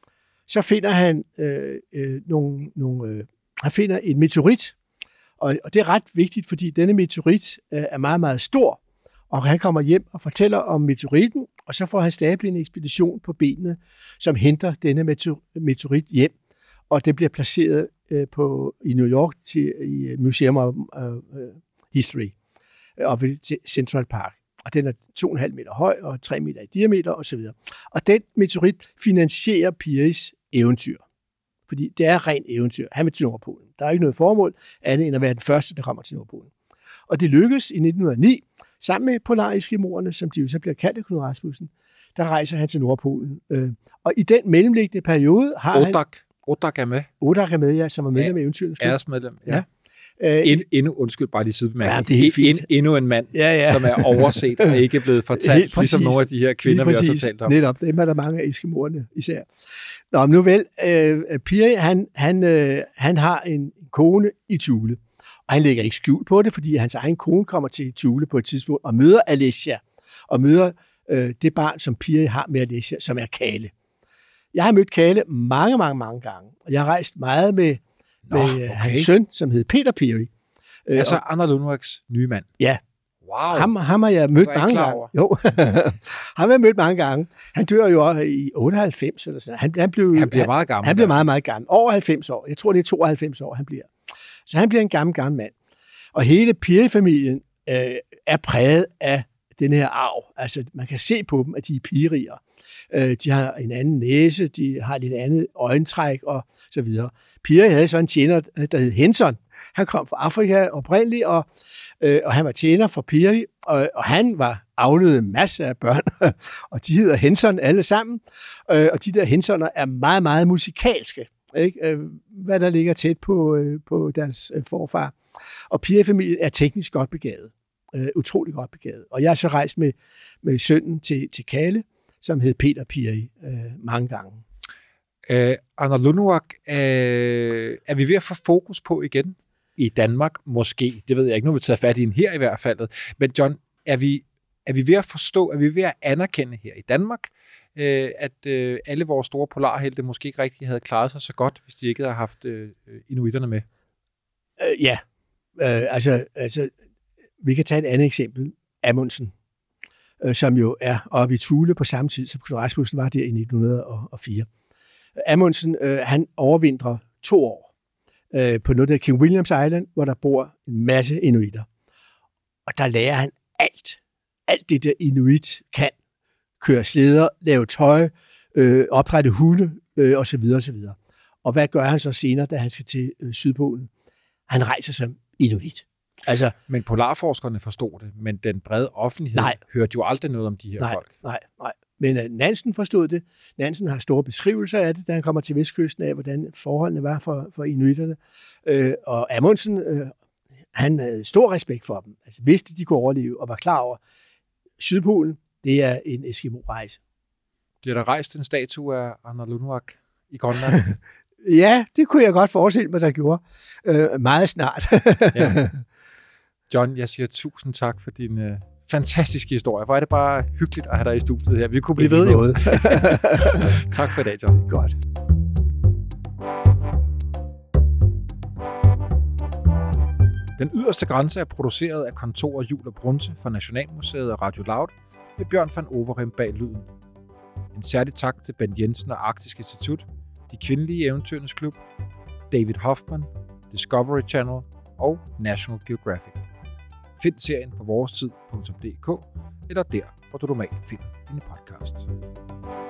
så finder han øh, øh, nogle, nogle, øh, han finder en meteorit, og, og det er ret vigtigt, fordi denne meteorit øh, er meget, meget stor, og han kommer hjem og fortæller om meteoritten, og så får han stablet en ekspedition på benene, som henter denne meteorit hjem, og det bliver placeret øh, på, i New York til, i Museum of uh, History, og ved Central Park. Og den er to komma fem meter høj og tre meter i diameter osv. Og den meteorit finansierer Pearies eventyr. Fordi det er rent eventyr. Han vil til Nordpolen. Der er ikke noget formål andet end at være den første, der kommer til Nordpolen. Og det lykkedes i nitten hundrede og ni, sammen med polareskimoerne, som de jo så bliver kaldt af Knud Rasmussen, der rejser han til Nordpolen. Og i den mellemliggende periode har Odak. han... Odak er med. Odak er med, ja, som er medlem af ja, eventyrens klub. Æresmedlem, ja. ja. Øh, End, endnu, undskyld, bare lige sidebemærkning. Ja, det er helt fint. End, endnu en mand, ja, ja. som er overset og ikke blevet fortalt, ligesom nogle af de her kvinder, vi også har talt om. Netop, dem er der mange af eskimoerne især. Nå, men nu vel, øh, Peary, han, han, øh, han har en kone i Thule, og han lægger ikke skjul på det, fordi hans egen kone kommer til Thule på et tidspunkt og møder Alessia, og møder øh, det barn, som Peary har med Alessia, som er Kale. Jeg har mødt Kale mange, mange, mange gange, og jeg har rejst meget med med Nå, okay. hans søn, som hed Peter Peary. Altså og, Anna Lundmarks nye mand? Ja. Wow. Ham, ham har jeg mødt mange gange. Jo, ham har jeg mødt mange gange. Han dør jo i otteoghalvfems eller sådan. Han, han, blev, han bliver han, meget gammel. Han bliver meget, meget gammel. Over halvfems år. Jeg tror, det er tooghalvfems år, han bliver. Så han bliver en gammel, gammel mand. Og hele Peary-familien øh, er præget af den her arv. Altså, man kan se på dem, at de er Pearyer. De har en anden næse, de har lidt andet øjentræk og så videre. Peary havde så en tjener, der hed Henson. Han kom fra Afrika oprindeligt, og, øh, og han var tjener for Peary, og, og han var avlet masser af børn, og de hedder Henson alle sammen, øh, og de der Hensoner er meget, meget musikalske, ikke? Øh, hvad der ligger tæt på, øh, på deres øh, forfar. Og Peary-familien er teknisk godt begavet, øh, utrolig godt begavet. Og jeg har så rejst med, med sønnen til, til Kale, som hed Peter Peary, øh, mange gange. Uh, Anna Lundmark, uh, er vi ved at få fokus på igen i Danmark? Måske, det ved jeg ikke, nu har vi taget fat i en her i hvert fald. Men John, er vi, er vi ved at forstå, er vi ved at anerkende her i Danmark, uh, at uh, alle vores store polarhelte måske ikke rigtig havde klaret sig så godt, hvis de ikke havde haft uh, inuiterne med? Uh, ja, uh, altså, altså, vi kan tage et andet eksempel. Amundsen, uh, som jo er oppe i Thule på samme tid, som Knud Rasmussen var der i nitten hundrede og fire. Amundsen, øh, han overvintrer to år øh, på noget der King Williams Island, hvor der bor en masse inuitter. Og der lærer han alt. Alt det, der inuit kan. Køre slæder, lave tøj, øh, opdrætte hunde øh, osv. osv. Og hvad gør han så senere, da han skal til øh, Sydpolen? Han rejser som inuit. Altså, men polarforskerne forstod det, men den brede offentlighed nej, hørte jo aldrig noget om de her nej, folk. Nej, nej. Men uh, Nansen forstod det. Nansen har store beskrivelser af det, da han kommer til vestkysten af, hvordan forholdene var for, for inuitterne. Øh, og Amundsen, øh, han havde stor respekt for dem. Altså vidste, de kunne overleve, og var klar over, Sydpolen, det er en Eskimo-rejse. Det er der rejst en statue af Anna Lundmark i Grønland. Ja, det kunne jeg godt forestille mig, der gjorde. Øh, meget snart. Ja. John, jeg siger tusind tak for din øh, fantastiske historie. Hvor er det bare hyggeligt at have dig i studiet her. Vi kunne blive ved noget. Tak for i dag, John. Godt. Den yderste grænse er produceret af Kontor Jul og Brunse for Nationalmuseet og Radio Loud med Bjørn van Overem bag lyden. En særlig tak til Bent Jensen og Arktisk Institut, De Kvindelige Eventyrernes Klub, David Hoffman, Discovery Channel og National Geographic. Find serien på vorestid punktum d k eller der, hvor du normalt finder dine podcasts.